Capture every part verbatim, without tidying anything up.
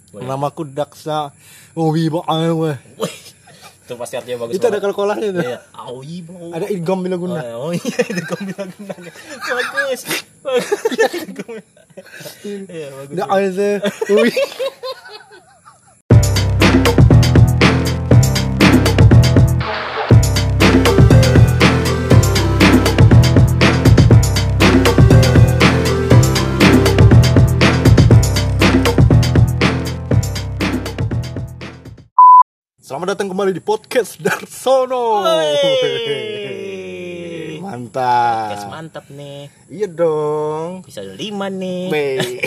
Oh, ya. Namaku Daksa. Oh, wibo awe. Itu pasti artinya bagus. Itu banget. Ada kalkulasinya tuh. Iya. Awi, bro. Ada idgham bila guna. Oh, oh iya, idgham bila guna. Bagus. Iya, bagus. Dak aze. Ui. Selamat datang kembali di podcast Darsono. Wey. Mantap. Podcast mantap nih. Iya dong. Bisa lima nih. Baik.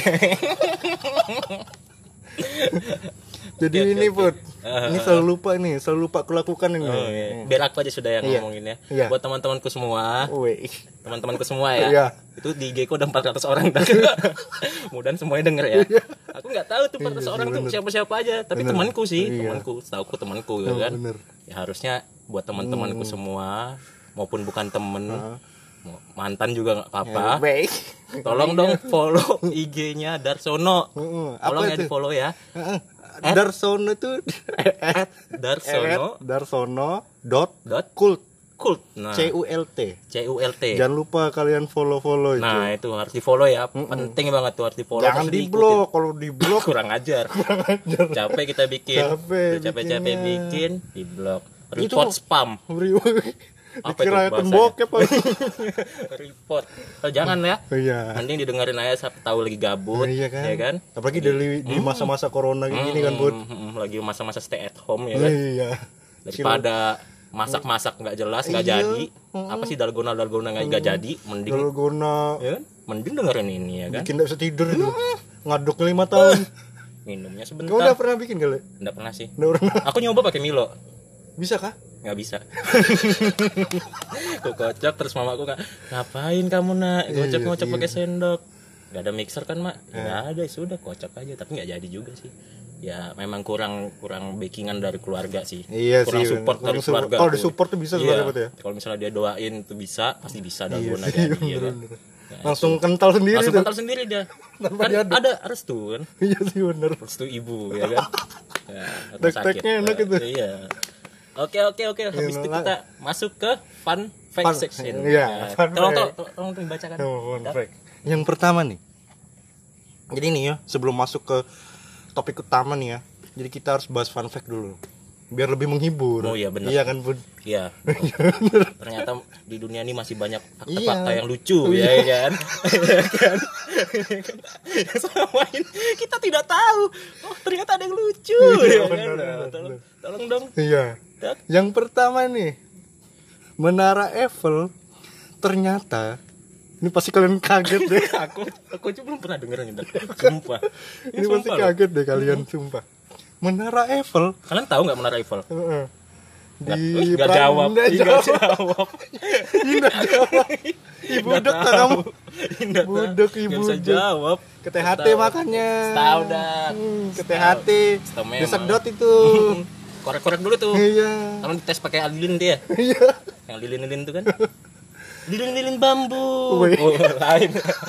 Jadi Oke, ini oke, Put, oke. ini selalu lupa nih, selalu lupa kulakukan ini. Oh, iya. Biar aku aja sudah yang Iya. ngomongin ya. Iya. Buat teman-temanku semua, Woi. teman-temanku semua ya. Iya. Itu di I G ku udah empat ratus orang dah. Mudah-mudahan semuanya denger ya. Aku nggak tahu tuh empat ratus Iya, orang bener. tuh siapa-siapa aja, tapi Bener. temanku sih, Iya. temanku, setahuku temanku ya Oh, kan. bener. Ya harusnya buat teman-temanku semua maupun bukan temen, Heeh. mau mantan juga nggak apa-apa. Ya, baik. Tolong dong follow I G-nya Darsono. Heeh. Tolong Apa ya itu? di follow ya. Heeh. Darsono itu At Darsono Darsono dot dot kult kult. Nah, C U L T. C U L T. Jangan lupa kalian follow-follow itu. Nah, itu harus di-follow ya. Penting banget tuh harus di-follow. Jangan terus di diikutin. blok, kalau di blok Kurang ajar. Capek kita bikin. Capek Udah capek-capek bikinnya. bikin di blok. Itu- Report spam. Apa dikira itu akun bahasanya? bokep apa? Report. Oh, jangan ya. Iya. Mending didengerin aja saat tahu lagi gabut, Iya kan? ya kan? Apalagi di, di masa-masa corona gini kan, Bud. Hmm, hmm, lagi masa-masa stay at home ya kan. Iya. Daripada masak-masak nggak jelas, nggak Iya. jadi. Apa sih dalgona-dalgona nggak nggak jadi, mending Dalgona ya kan? Mending dengerin ini ya kan. bikin enggak bisa tidur itu. Ngaduk lima tahun. Minumnya Kamu sebentar. udah pernah bikin kali? Nggak pernah sih. Udah pernah. Aku nyoba pakai Milo. Bisa kah? Nggak bisa. Aku kocok terus mamaku kan, ngapain kamu nak ngocok-ngocok Iya, pakai iya. sendok? Gak ada mixer kan mak? Nggak ada, sudah kocok aja. Tapi nggak jadi juga sih. Ya memang kurang kurang backingan dari keluarga sih. Iya kurang sih. support dari Kurang support. keluarga. Kalau tuh. di support tuh bisa Iya. sebenarnya, Bud, ya. Kalau misalnya dia doain tuh bisa, pasti bisa Iya dalgona sih, jadi. ya bener, kan? bener. Langsung kental sendiri Langsung tuh. kental sendiri dia. Tanpa Kan diaduk. ada restu kan? Iya sih bener. Restu ibu ya kan. Ya, rumah Tek-teknya sakit. enak itu. Iya. Oke oke oke. Habis itu nah. kita masuk ke fun fact Fun- section. iya, Ya, fun Tolong fact. tolong tolong tolong dibacakan. Oh, Dap. perfect. Yang pertama nih. Jadi nih ya, sebelum masuk ke topik utama nih ya. Jadi kita harus bahas fun fact dulu. Biar lebih menghibur. Oh, iya, bener. Iya kan, Bud? Iya. Ternyata di dunia ini masih banyak Iya. fakta-fakta yang lucu ya kan. Iya kan. Yang selama ini kita tidak tahu. Oh, ternyata ada yang lucu. Iya, ya kan? bener, Nah, bener, tolong, bener. tolong dong. Iya. Dap. Yang pertama nih. Menara Eiffel ternyata ini pasti kalian kaget deh. aku aku aja belum pernah denger ini, Dap. Sumpah. Ini pasti sumpah loh. kaget deh kalian, sumpah. Menara Eiffel Kalian tahu nggak Menara Eiffel? heeh, Nggak di nggak Pran- jawab, nggak nggak jawab. jawab. Ini nggak jawab. Ibu Nggak dek tahu. kamu. Nggak tahu. Budek, Nggak ibu bisa dek. jawab. Ke T H T Tahu. makannya. Tahu dah. Hmm, ke T H T. Tahu memang. Disedot itu. Korek-korek dulu tuh. Iya. Kalau dites pakai lilin dia. Iya. Yang lilin-lilin tuh kan. Lilin-lilin bambu. Weh. Oh, lain.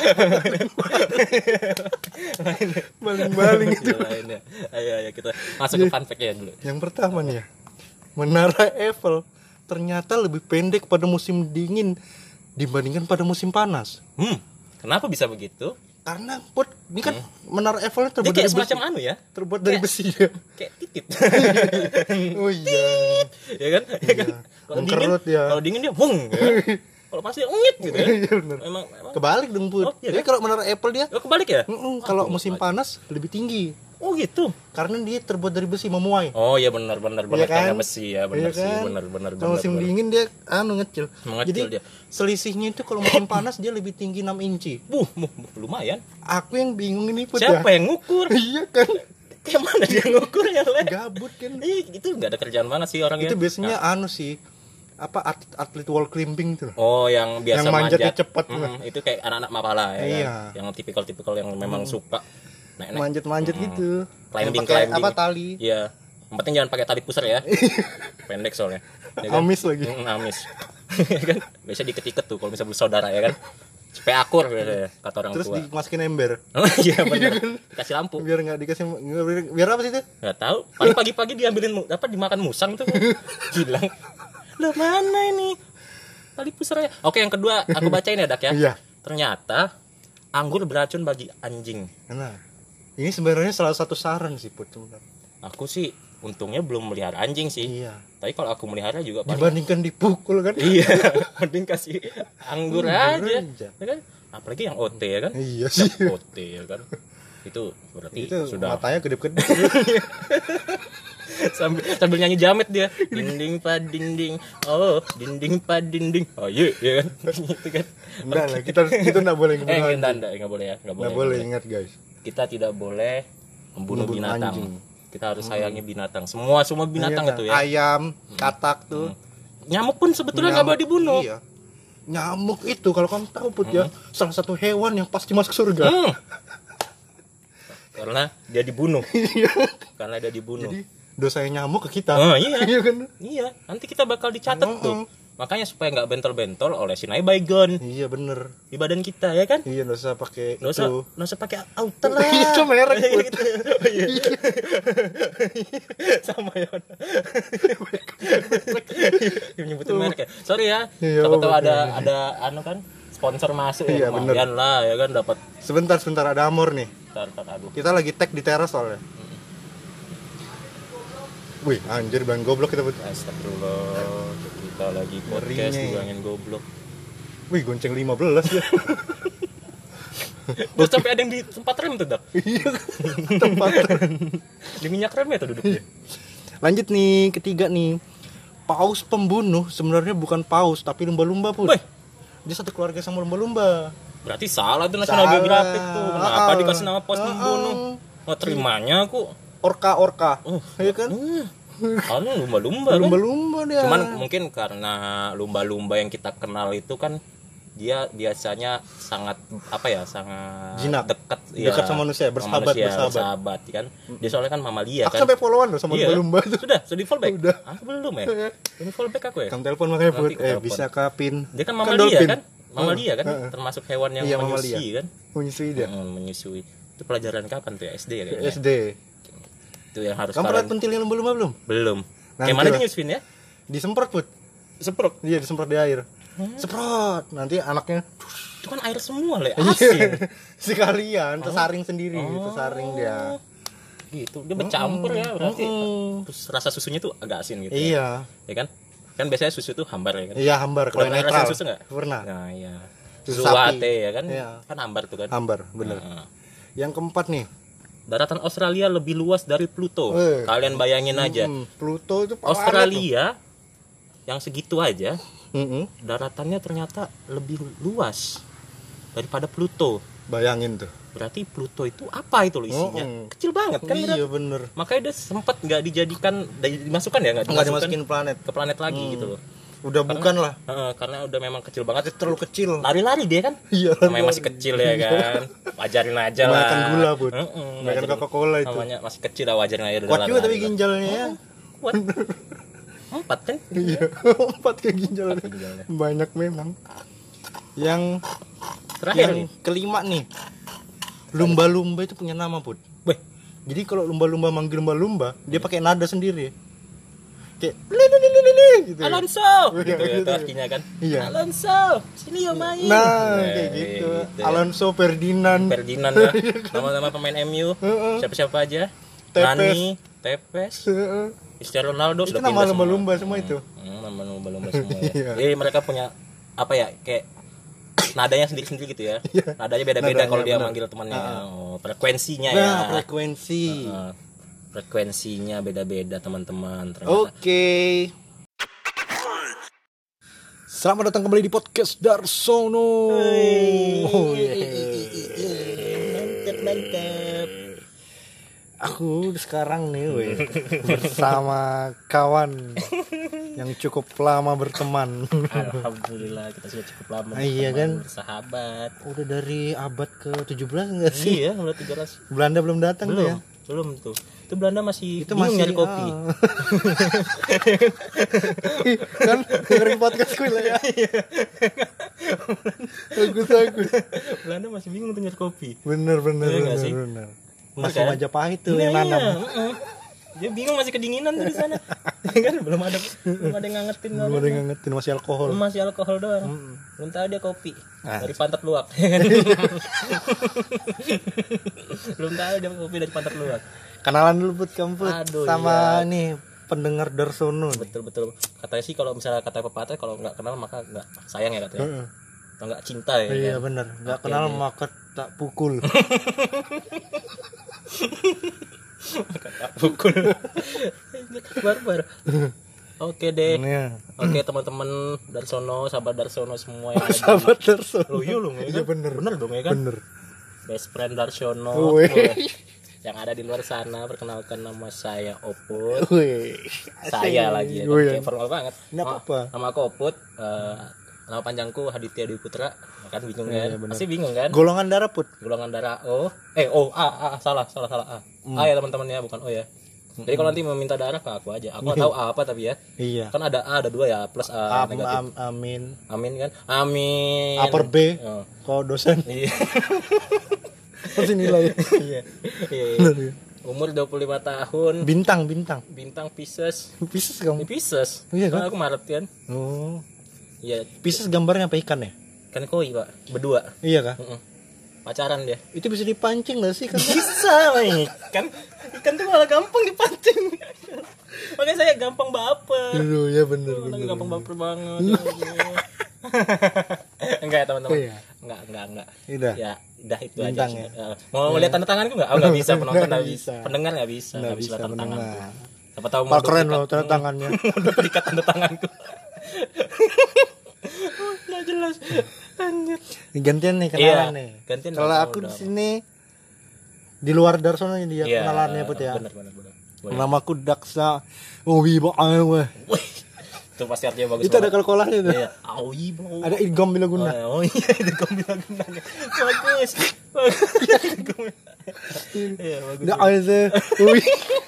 Baling-baling itu. Iya, lain ya. Ayo ayo kita masuk ke fun fact ya dulu. Yang pertama nih ya. Menara Eiffel ternyata lebih pendek pada musim dingin dibandingkan pada musim panas. Hmm. Kenapa bisa begitu? Karena Put, ini kan Menara Eiffel Dia terbuat kayak dari besi. semacam anu ya. Terbuat dari Kayak- besi ya. Kayak titit. Oh iya. Ya kan? Ya kan? Kalau dingin, Mengkerut ya. kalau dingin dia wung ya kan? Kalau pas dia ngit gitu kan. Iya benar. Memang memang Kebalik dong Put. Oh, iya Jadi kan? kalau Menara Eiffel dia oh, kebalik ya? mm-mm, kalau musim panas lebih tinggi. Oh gitu. Karena dia terbuat dari besi memuai. Oh iya benar benar benar Iya kan? karena besi ya benar Iya sih kan? benar benar Kalau benar. musim benar. dingin dia anu ngecil. Mengecil Jadi dia. selisihnya itu kalau musim panas dia lebih tinggi enam inci. Buh, buh, buh, lumayan. Aku yang bingung ini Put Siapa ya. yang ngukur? Iya kan. Kayak mana dia ngukur ya, Le? Gabut kan. Ih, itu enggak ada kerjaan mana sih orangnya? Itu biasanya anu sih apa atlet, atlet wall climbing tuh. Oh, yang biasa Yang manjatnya manjat cepat. Mm, itu kayak anak-anak mapala ya. Iya. Kan? Yang tipikal-tipikal yang memang suka naik-naik. Manjat-manjat gitu. Climbing, Yang pakai climbing. apa tali. Iya. Yang penting jangan pakai tali pusar ya. Pendek soalnya. Ya kan? Amis lagi. Mm, amis. Ya kan? Biasa diket-iket tuh kalau misalnya bersaudara ya kan. supaya akur ya, kata orang Terus tua. dimasukin ember. Oh iya benar. Kasih lampu. Biar nggak dikasih biar, biar apa sih itu? Nggak tahu. Paling pagi-pagi diambilin apa dimakan musang tuh. Hilang. Lah mana ini? Tali pusarnya. Oke, yang kedua aku bacain ya, Dak ya. Iya. Ternyata anggur beracun bagi anjing. Nah, ini sebenarnya salah satu saran sih Put. Aku sih untungnya belum melihara anjing sih. Iya. Tapi kalau aku melihara juga paling Dibandingkan dipukul kan? iya, mending kasih anggur, Anggur aja. aja. Ya kan? Apalagi yang O T ya kan? Iya sih. O T ya kan. Itu berarti Itu sudah matanya kedip-kedip. sambil sambil nyanyi jamet dia. Dinding pa dinding. Oh, dinding pa dinding. Oh iya, ya kan? Gitu kan. Enggak lah, kita kita enggak boleh Eh, ngebunuh enggak, anjing. enggak, enggak boleh ya, enggak boleh. Enggak boleh, ingat guys. Kita tidak boleh membunuh Membunuh binatang. anjing. Kita harus sayangi binatang. Semua semua binatang Iya, itu ya. Ayam, katak tuh. Nyamuk pun sebetulnya nggak boleh dibunuh. Iya. Nyamuk itu kalau kamu tahu Put ya, salah satu hewan yang pasti masuk surga. Hmm. Karena dia dibunuh. Karena dia dibunuh. Jadi dosanya nyamuk ke kita. Oh iya. Iya kan? Iya, nanti kita bakal dicatat Oh, tuh. oh. Makanya supaya nggak bentol-bentol oleh Sinai Baygon Iya bener. di badan kita ya kan? Iya enggak usah pakai Nggak usah, itu. nggak usah pakai outer lah. Itu merek Put. Gitu. Oh, iya. Sama ya. Nyebutin merek ya. Sorry ya. Iya, Siapa tahu oh, ada betul. ada anu kan sponsor masuk Iya, ya. bener. Lumayan lah ya kan dapat. Sebentar sebentar ada Amor nih. Tar, tar, aduh. Kita lagi tag di teras soalnya. Wih, anjir bang goblok kita Put. Astagfirullah. Kita lagi podcast Ngerinya. dibilangin goblok. Wih, gonceng lima belas ya. Terus sampai ada yang di tempat rem tuh, Dak. Iya. Tempat. Di minyak remnya tuh duduknya. Lanjut nih, ketiga nih. Paus pembunuh sebenarnya bukan paus tapi lumba-lumba Put. Wih. Dia satu keluarga sama lumba-lumba. Berarti salah tuh National Salah. Geographic tuh. Kenapa Ah. dikasih nama paus Ah. pembunuh? Nggak terimanya aku. Orka-orka. Oh, Iya kan? Hmm. Karena lumba-lumba kan. Lumba-lumba dia. Cuman mungkin karena lumba-lumba yang kita kenal itu kan dia biasanya sangat apa ya sangat Jinak. dekat Dekat sama manusia, bersahabat, manusia, bersahabat. bersahabat kan dia soalnya kan mamalia Aku kan sampai followan loh sama Iya. lumba-lumba itu. Sudah, sudah di fallback? Udah. Aku belum ya. Ini fallback aku ya. Kamu telepon makanya Put. Nanti aku Eh telepon. bisa kapin. Dia kan Kan mamalia dolphin. kan? Mamalia kan Heeh. termasuk hewan yang Iya, menyusui mamalia. kan? Menyusui dia. Hmm, menyusui. Itu pelajaran kapan tuh ya? S D ya kayaknya. S D. Itu yang harus Kamu pernah kalian pentilin lumba-lumba belum? belum. Nanti Kayak mana lah. dia nyusuin ya? Disemprot Put. Seprok. Iya, disemprot di air. Hmm. Semprot. Nanti anaknya Itu kan air semua le, Iya. asin. sekalian tersaring sendiri, tersaring dia. Gitu, dia bercampur ya berarti. Mm-mm. Terus rasa susunya tuh agak asin gitu. Iya. Ya kan? Kan biasanya susu tuh hambar ya kan? Iya, hambar kalau Pernah yang ngerasain netral. susu nggak? Pernah. Nah, iya. Susu Susu sapi. latte ya kan? Iya. Kan hambar tuh kan. Hambar, bener. Nah. Yang keempat nih. Daratan Australia lebih luas dari Pluto. Eh. Kalian bayangin aja. Hmm, Pluto itu planet tuh. Australia yang segitu aja Mm-mm. daratannya ternyata lebih luas daripada Pluto. Bayangin tuh. Berarti Pluto itu apa itu loh isinya? Oh, oh. Kecil banget kan? Iya berarti. bener. Makanya dia sempat nggak dijadikan dimasukkan ya nggak Nggak dimasukkan dimasukin planet. ke planet lagi Hmm. gitu loh. Udah bukan lah. Heeh, karena udah memang kecil banget. Terlalu kecil. Lari-lari dia kan? Iya. Namanya masih kecil ya kan. Wajarin aja lah. Kebanyakan gula, Bud. Heeh, Kebanyakan wajarin. Coca-Cola itu. Namanya masih kecil lah, wajarin aja. udah Kuat juga lari-lari tapi lah. ginjalnya ya. Kuat. Empat kan? Iya. Empat kayak ginjalnya. Empat ginjalnya. Banyak memang. Yang Terakhir yang nih. kelima nih. Lumba-lumba itu punya nama, Bud. Weh, Jadi kalau lumba-lumba manggil lumba-lumba, dia pakai nada sendiri. Kayak lili gitu. ya. Alonso gitu ya Gitu. itu artinya kan. Iya. Alonso, sini yuk main. Nah, Nah, kayak gitu. ya. Alonso Ferdinand. Ferdinand ya. Nama-nama pemain M U. Heeh. Siapa-siapa aja. Tepes. Nani, Tepes, Heeh. Cristiano Ronaldo Itu sudah nama pindah lumba-lumba semua itu. Hmm, nama lumba-lumba semua ya. Iya. Jadi mereka punya apa ya kayak nadanya sendiri-sendiri gitu ya. Iya. Nadanya beda-beda Nadanya, kalau dia benar. manggil temannya. Ah. Oh, frekuensinya ya. Nah, frekuensi. Heeh. Frekuensinya beda-beda teman-teman ternyata. Oke. Selamat datang kembali di podcast Darsono. Oh, iya. Mantap, mantap. Aku sekarang nih weh, bersama kawan yang cukup lama berteman. Alhamdulillah kita sudah cukup lama Ah, iya berteman, kan? bersahabat. Udah dari abad ke tujuh belas enggak sih? Iya, udah tiga ratus. Belanda belum datang tuh ya. Belum, belum tuh. Itu Belanda masih Itu bingung masih nyari kopi. ah. Kan dengerin podcastku lah ya. Bagus bagus. Belanda masih bingung tuh nyari kopi. Bener bener Iya nggak bener sih? bener. Bener Masih kan? Majapahit tuh Nah, yang nanam. iya, uh-uh. Dia bingung masih kedinginan tuh di sana. Kan belum ada belum ada yang ngangetin. Belum ada yang ngangetin, masih alkohol. Belum masih alkohol doang. Mm-mm. Belum tahu dia kopi Ah. dari pantat luwak. Belum tahu dia kopi dari pantat luwak. Kenalan dulu Put Kamput Aduh, sama iya. nih pendengar Darsono. nih. Betul betul. Katanya sih kalau misalnya kata pepatah kalau nggak kenal maka nggak sayang ya katanya. Heeh. Atau nggak cinta ya. Iya kan? bener, nggak Oke, kenal nih. maka tak pukul. Kata pukul. Barbar. Oke deh. Iya. Oke teman-teman Darsono, sahabat Darsono semua yang ada di- Sahabat Darsono. Loh iya loh ya kan? Iya bener. Bener dong ya kan? Bener. Best friend Darsono. Wih. Wih. Yang ada di luar sana, perkenalkan nama saya Oput. Wih. Saya lagi ya, Wih. kayak formal banget. Nggak Nama- apa-apa. Nama aku Oput. eh, nama panjangku Haditya Dwi Putra. Kan bingung kan? Iya, bener. Pasti bingung kan? Golongan darah Put. Golongan darah O. Eh O A, A salah salah salah A. Hmm. A ya teman-teman ya, bukan O ya. Jadi kalau nanti meminta darah ke aku aja. Aku nggak tahu A apa tapi ya. Iya. Kan ada A, ada dua ya, plus A Am, negatif. am, amin. Amin kan? Amin. A per B. Oh. Kau dosen Iya. pasti nilai. Iya. Iya. Bener, ya. Umur dua puluh lima tahun. Bintang bintang. Bintang Pisces. Pisces Ini kamu. Pisces. Iya kan? Kan aku Maret kan. Oh. Iya. Pisces gambarnya apa ikan ya? Kan koi, Pak. Berdua. Iya kah? Mm-mm. Pacaran dia. Itu bisa dipancing gak sih kan? Bisa, ikan. Ikan tuh malah gampang dipancing. Makanya saya gampang baper. Aduh, ya bener Lagi bener. gampang baper banget. Enggak ya teman-teman. Oh, iya. Enggak, enggak, enggak. Udah. Ya, udah itu Bintang aja. ya? Eh, Mau lihat tanda tanganku enggak? Oh, enggak bisa, penonton Nggak enggak bisa. bisa. Pendengar enggak bisa, Nggak enggak bisa bisa lihat tanda tanganku. mendengar. Siapa tahu Pak keren duplikat- loh tanda tangannya. mau duplikat tanda tanganku. Enggak jelas. Anjir. Gantian nih kenalan Iya, nih. gantian Kalau dong, aku udah. di sini di luar Darsono ini dia Iya, kenalannya Put ya. Benar, benar, benar. Boleh. Namaku Daksa. Oh, wibo awe. Wih, itu pasti artinya bagus. Itu ada kalkolahnya tuh. Iya. Awi, bro. Ada idgham bila guna. Oh, oh iya, itu bilang gunanya. Bagus. Bagus. Iya, bagus. Ndak aja. Wih.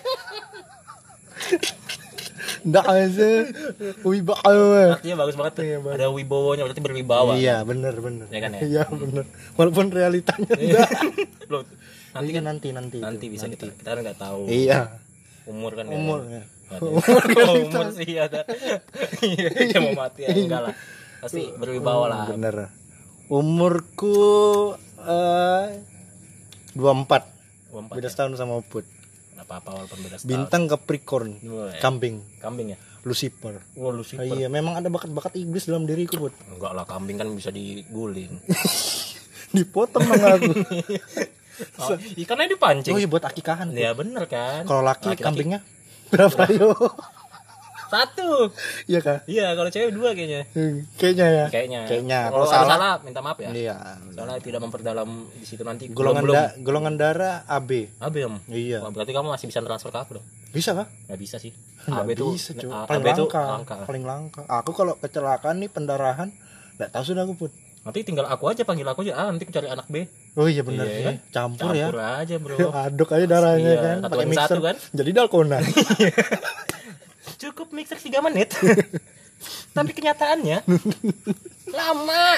Ndak aja. Wibo awe. Artinya bagus banget tuh. Iya, bagus. Ada wibowonya berarti berwibawa. Iya, bener bener. Ya kan ya? Iya, bener. Walaupun realitanya Iya. enggak. Loh, nanti Iya, kan nanti nanti. nanti itu, bisa nanti. kita kita kan enggak tahu. Iya. Umur kan ya. Umur ya. Nggak ada. Oh, umur sih ada. Iya, dia mau mati ya enggak lah. Pasti berwibawa lah. Bener. Umurku eh dua puluh empat. dua puluh empat Beda ya? setahun sama Uput. Nggak apa-apa walaupun beda setahun. Bintang Capricorn. Wah, Kambing. Kambing ya? Lucifer. Wah, lu sih. Ah, iya, memang ada bakat-bakat iblis dalam diriku, Put. Enggak lah, kambing kan bisa diguling. Dipotong dong aku. Oh, ikannya dipancing. Oh iya, buat akikahan. Put. Ya bener kan. Kalau laki Laki-laki kambingnya berapa yo? satu. Iya kah? Iya, kalau cewek dua kayaknya. Hmm, Kayaknya ya. Kayaknya. Kayaknya. Kalau Kalau salah, salah, salah minta maaf ya. iya. Soalnya tidak memperdalam di situ nanti. Golongan belum. da- golongan darah A B. A B om. Iya. Wah, berarti kamu masih bisa transfer ke aku dong. Bisa kah? Nggak bisa sih. Nggak A B tuh bisa, cuy. A- Paling A B tuh langka. langka. Paling langka. Aku kalau kecelakaan nih pendarahan, enggak tahu sudah aku, Put. Nanti tinggal aku aja panggil aku aja. Ah, nanti aku cari anak B. Oh iya benar Iya, ya. kan? Campur, Campur ya. aja, Bro. Aduk aja darahnya Iya, kan, satu pakai banding mixer satu, kan? jadi dalgona. Cukup mixer tiga menit. Tapi kenyataannya lama.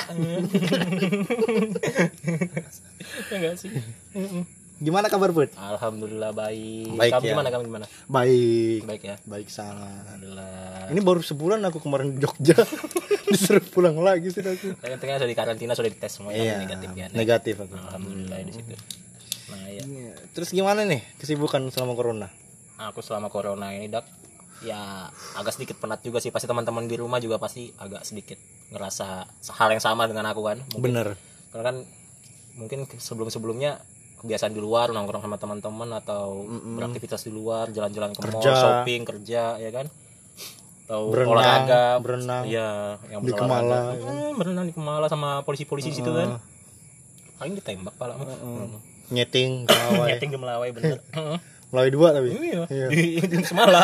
Ya enggak sih? Gimana kabar, Bud? Alhamdulillah baik. Baik, Kamu ya. gimana? Kamu gimana? Baik. Baik ya. Baik sangat. Alhamdulillah. Ini baru sebulan aku kemarin di Jogja. Disuruh pulang lagi sih aku. Tengah-tengah sudah di karantina, sudah dites semua Iya. negatif ya. Negatif aku. Alhamdulillah di situ. Nah, ya. Iya. Terus gimana nih kesibukan selama corona? Aku selama corona ini, Dak, ya agak sedikit penat juga sih. Pasti teman-teman di rumah juga pasti agak sedikit ngerasa hal yang sama dengan aku kan. Mungkin, Bener. karena kan mungkin sebelum-sebelumnya kebiasaan di luar nongkrong sama teman-teman atau beraktivitas di luar, jalan-jalan ke mall, Kerja. shopping, kerja ya kan. Atau Berenang, olahraga, berenang. Iya, yang Di berolahraga. Kemala, ya Hmm, berenang di Kemala sama polisi-polisi di situ kan. Paling ditembak pala. Nyeting, Melawai. Nyeting di Melawai bener. Melawai dua tapi. Iya, Iya. di, di Semala.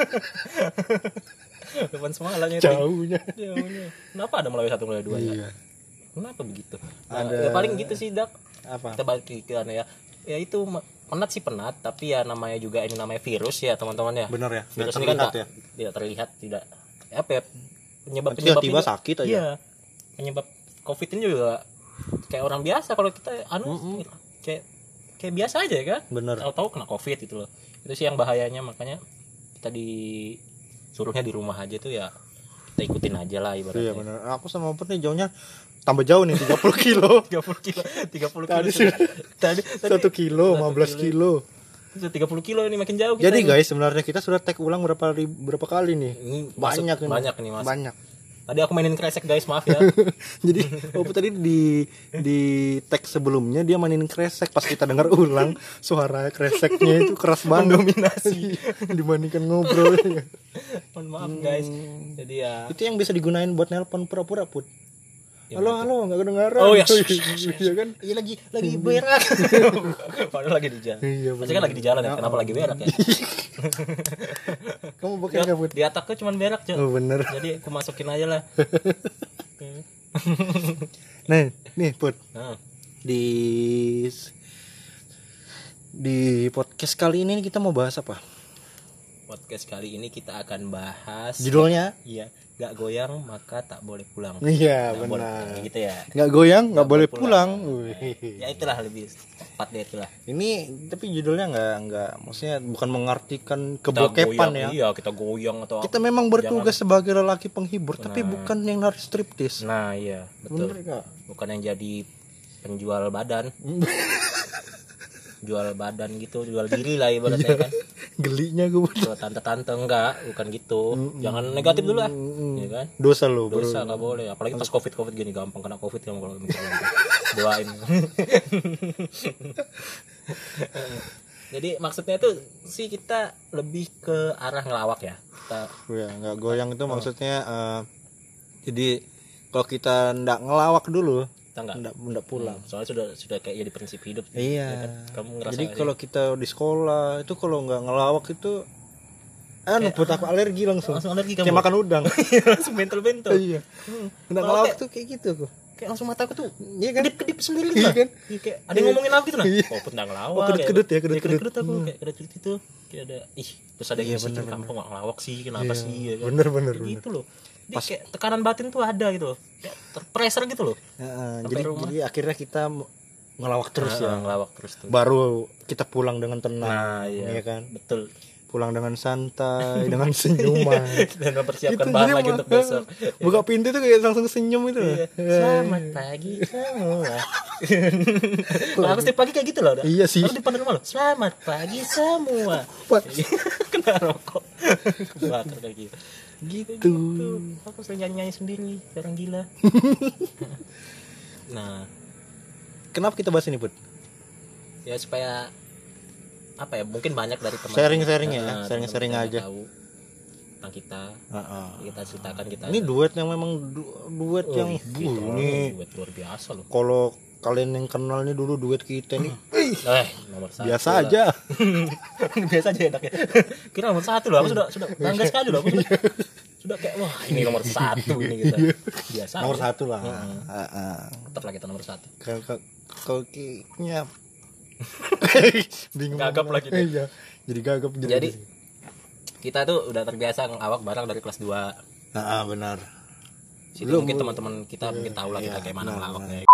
Depan Semala nyeting. Jauhnya. Jauhnya. Kenapa ada Melawai satu, Melawai dua ya? Iya. Kenapa begitu? Nah, Ada- ya paling gitu sih, Dak. Apa? Kita balik ke kan ya. Ya itu ma- penat sih penat, tapi ya namanya juga ini namanya virus ya, teman-teman ya. Bener ya. Virus Nggak ini kan terlihat nggak- ya. tidak terlihat, tidak apa ya, penyebab Tiba-tiba penyebab ini- sakit aja. Iya. Penyebab covid ini juga kayak orang biasa. Kalau kita anu mm-hmm. kayak kayak biasa aja ya kan. Bener. Tahu-tahu kena covid itu loh. Itu sih yang bahayanya, makanya kita disuruhnya di rumah aja tuh ya. Kita ikutin aja lah ibaratnya. Iya benar. Aku sama Put nih jauhnya tambah jauh nih tiga puluh kilo. tiga puluh kilo. tiga puluh kilo. Tadi sudah tadi satu kilo, lima belas kilo. Sudah tiga puluh kilo ini makin jauh kita. Jadi ini. guys, sebenarnya kita sudah tag ulang berapa berapa kali nih? Ini banyak masuk, ini. Banyak nih Mas. Banyak. Tadi aku mainin kresek guys, maaf ya. Jadi Oppo tadi di di tag sebelumnya dia mainin kresek, pas kita dengar ulang suara kreseknya itu keras banget. Mendominasi dibandingkan ngobrol. Mohon maaf guys. Jadi ya itu yang bisa digunain buat nelpon pura-pura Put. Ya, halo halo nggak kedengaran. Oh ya, iya kan? Iya lagi lagi berak. Padahal lagi di jalan. Iya, Pasti kan lagi di jalan ya. Kenapa lagi berak ya? Kamu pakai nggak Put? Di ataknya cuma berak, Cok. Oh bener. Jadi aku masukin aja lah. Nah, nih Put. Nah. Di di podcast kali ini kita mau bahas apa? Podcast kali ini kita akan bahas judulnya iya, gak goyang maka tak boleh pulang. Iya gak benar. Boleh, gitu ya. Gak goyang nggak boleh pulang. pulang. Ya itulah lebih tepat deh itulah. Ini tapi judulnya nggak nggak maksudnya bukan mengartikan kebokepan ya. Iya kita goyang atau kita memang bertugas jangan sebagai lelaki penghibur, nah, tapi bukan yang nari striptis. Nah iya betul. Bener, bukan yang jadi penjual badan. Jual badan gitu, jual diri lah ibaratnya kan. Gelinya gue buat tante-tante enggak, bukan gitu. Mm-mm. Jangan negatif dulu lah. Ya kan? Dosa lo, dosa enggak boleh. Apalagi pas Covid-Covid gini gampang kena Covid kamu kalau mikir gitu. Doain. Jadi maksudnya itu sih kita lebih ke arah ngelawak ya. Kita ya, enggak goyang itu oh. maksudnya uh, jadi kalau kita enggak ngelawak dulu Enggak, enggak pulang. Hmm, soalnya sudah sudah kayak jadi prinsip hidup. Iya. Ya kan? Kamu ngerasa jadi kalau kita di sekolah itu kalau nggak ngelawak itu ah buat aku alergi langsung. Langsung alergi kamu. Kayak makan udang. Langsung bentol-bentol. Iya. Hmm. Nggak ngelawak kayak, tuh kayak gitu kok. Kayak langsung mataku tuh iya kan? kedip-kedip sendiri iya lah. kan? Iya, kayak ada yang ngomongin aku gitu nah. Oh, pun enggak ngelawak. Oh, kedut-kedut ya, kedut-kedut. Kedut aku hmm. kayak kedut-kedut itu. Kayak ada ih, terus ada yang iya, bener, kamu nggak ngelawak sih, kenapa iya. sih ya kan? Bener bener gitu loh. Pas kayak tekanan batin tuh ada gitu loh. Kayak terpressure gitu loh. Ya, jadi, jadi akhirnya kita ngelawak terus nah, ya. Ngelawak terus tuh. Baru kita pulang dengan tenang. Nah, iya. Ya kan? Betul. Pulang dengan santai, dengan senyuman. Dan mempersiapkan bahan lagi untuk besok. Buka pintu tuh kayak langsung senyum itu. Iya. Selamat pagi semua. Kalau aku setiap pagi kayak gitu loh. Iya sih. Kalau di depan rumah loh. Selamat pagi semua. Kena rokok. Bakar kayak gitu. Gitu. gitu. Aku sering nyanyi-nyanyi sendiri, orang gila. Nah, kenapa kita bahas ini, Bud? Ya supaya apa ya? Mungkin banyak dari teman sharing-sharing ya, nah, sharing-sharing aja. Tahu tentang kita. Uh-uh. Kita ceritakan kita. Ini duet yang memang du- duet oh, yang gitu, ini duet luar biasa loh. Kalau kalian yang kenal nih dulu duet kita nih. Eh, nomor satu. Biasa lah. aja. Biasa aja enaknya. Kira nomor satu loh. Aku sudah sudah bangga sekali loh. Aku sudah, sudah kayak wah ini nomor satu ini kita. Biasa. Nomor aja. satu lah. Heeh. Tetap lah kita nomor satu. Kalau kayaknya bingung. Gagap lagi. Iya. Jadi gagap jadi. Jadi kita tuh udah terbiasa ngelawak bareng dari kelas dua. Heeh, benar. Situ mungkin teman-teman kita mungkin tahu lah kita kayak mana ngelawaknya.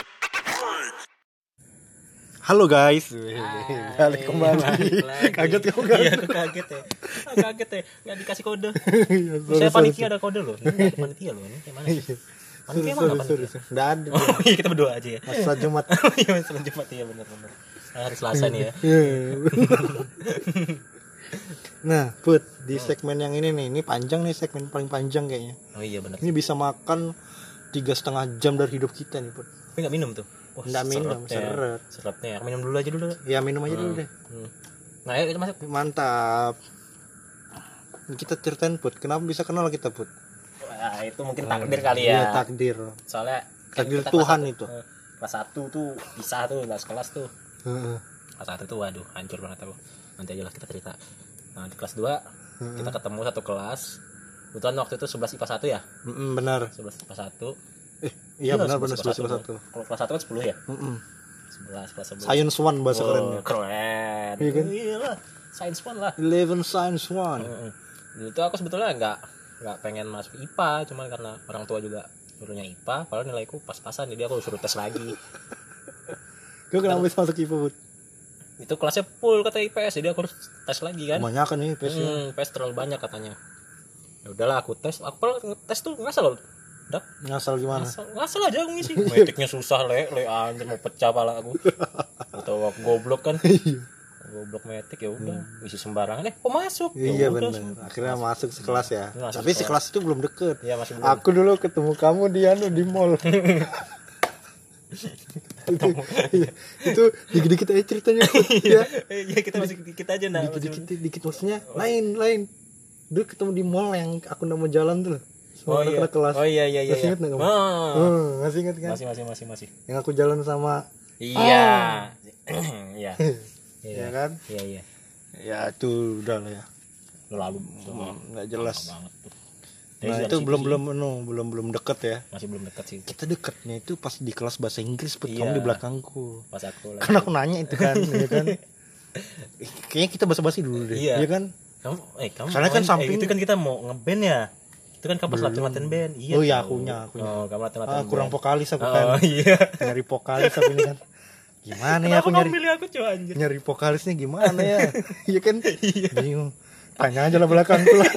Halo guys, balik kembali. Kaget kamu kan? Iya, aku kaget ya. Aku kaget ya, nggak dikasih kode. Saya panitia ada kode loh. Ini ada panitia loh, ini kayak mana? Panitia mana panitia? Nggak ada. Iya kita berdua aja ya. Masa Jumat. Iya masa Jumat ya benar-benar. Hari Selasa nih ya. Nah, Put, di segmen yang ini nih, ini panjang nih segmen paling panjang kayaknya. Oh iya benar. Ini bisa makan tiga setengah jam dari hidup kita nih, Put. Tapi nggak minum tuh. Oh, nggak minum, seret. Seretnya, minum dulu aja dulu. Ya minum aja hmm. dulu deh. Hmm. Nah, ayo kita masuk. Mantap. Kita ceritain Put, kenapa bisa kenal kita Put? Wah, itu mungkin takdir kali ya. Iya takdir. Soalnya takdir Tuhan itu. Kelas satu tuh pisah tuh, kelas kelas tuh. Heeh. Kelas satu tuh waduh, hancur banget aku. Nanti aja lah kita cerita. Nah, di kelas dua hmm. kita ketemu satu kelas. Kebetulan waktu itu sebelas I P A satu ya? Mm-mm, benar. sebelas I P A satu. Eh, iya benar benar sebelas I P A satu. Kalau kelas satu kan sepuluh ya? Heeh. sebelas kelas sebelas. Science one bahasa oh, kerennya. Keren. Iya kan? Iya lah. Science one lah. eleven Science one. Heeh. Itu aku sebetulnya enggak enggak pengen masuk I P A, cuma karena orang tua juga Gurunya I P A, padahal nilaiku pas-pasan, jadi aku suruh tes lagi. Kau kenapa bisa masuk I P A, Bud? Itu kelasnya full kata I P S, jadi aku harus tes lagi kan. Kebanyakan nih I P S ya. Hmm, I P S terlalu banyak katanya. Ya udahlah aku tes. Aku pernah tes tuh ngasal loh. Dak. Ngasal gimana? Ngasal, ngasal aja aku ngisi. Metiknya susah le, le anjir mau pecah pala aku. Atau aku goblok kan. Goblok metik ya udah, isi sembarangan eh kok masuk. Iya udah, benar. Akhirnya masuk sekelas ya. Masuk Tapi sekelas. sekelas itu belum deket. Iya, masih belum. Aku dulu ketemu kamu di anu di mall. itu, iya, itu dikit-dikit aja ceritanya. Ya. Iya kita masih dikit aja nah. Dikit-dikit dikit maksudnya lain lain. Dulu ketemu di mall yang aku nama jalan tuh. Oh iya. Kelas. Oh iya iya iya. Masih ingat nggak kamu? Oh. Oh, masih ingat kan? Masih masih masih masih. Yang aku jalan sama Iya. Iya. ya kan? Iya iya. Ya itu udah lah ya. Lalu Nggak jelas. banget tuh. Nah Dari itu situ belum sih. belum no, belum belum deket ya. Masih belum dekat sih. Kita deketnya itu pas di kelas bahasa Inggris, Put. Iya. Kamu di belakangku. Pas aku lagi. Kan aku nanya itu kan, ya kan. Eh, Kayaknya kita basa-basi dulu deh. Iya. Iya kan? Kamu eh kamu Soalnya kan main- samping- eh, itu kan kita mau ngeband ya. Itu kan kamu pas latihan band. Iya. Oh iya, tuh. akunya, akunya. Oh, kamu latihan Ah, kurang vokalis aku kan. Oh iya. Nyari vokalis aku ini kan. Gimana ya Kenapa aku kamu nyari milih aku coba anjir? nyari vokalisnya gimana ya? Iya kan? Bingung. Tanya aja lah belakangku lah.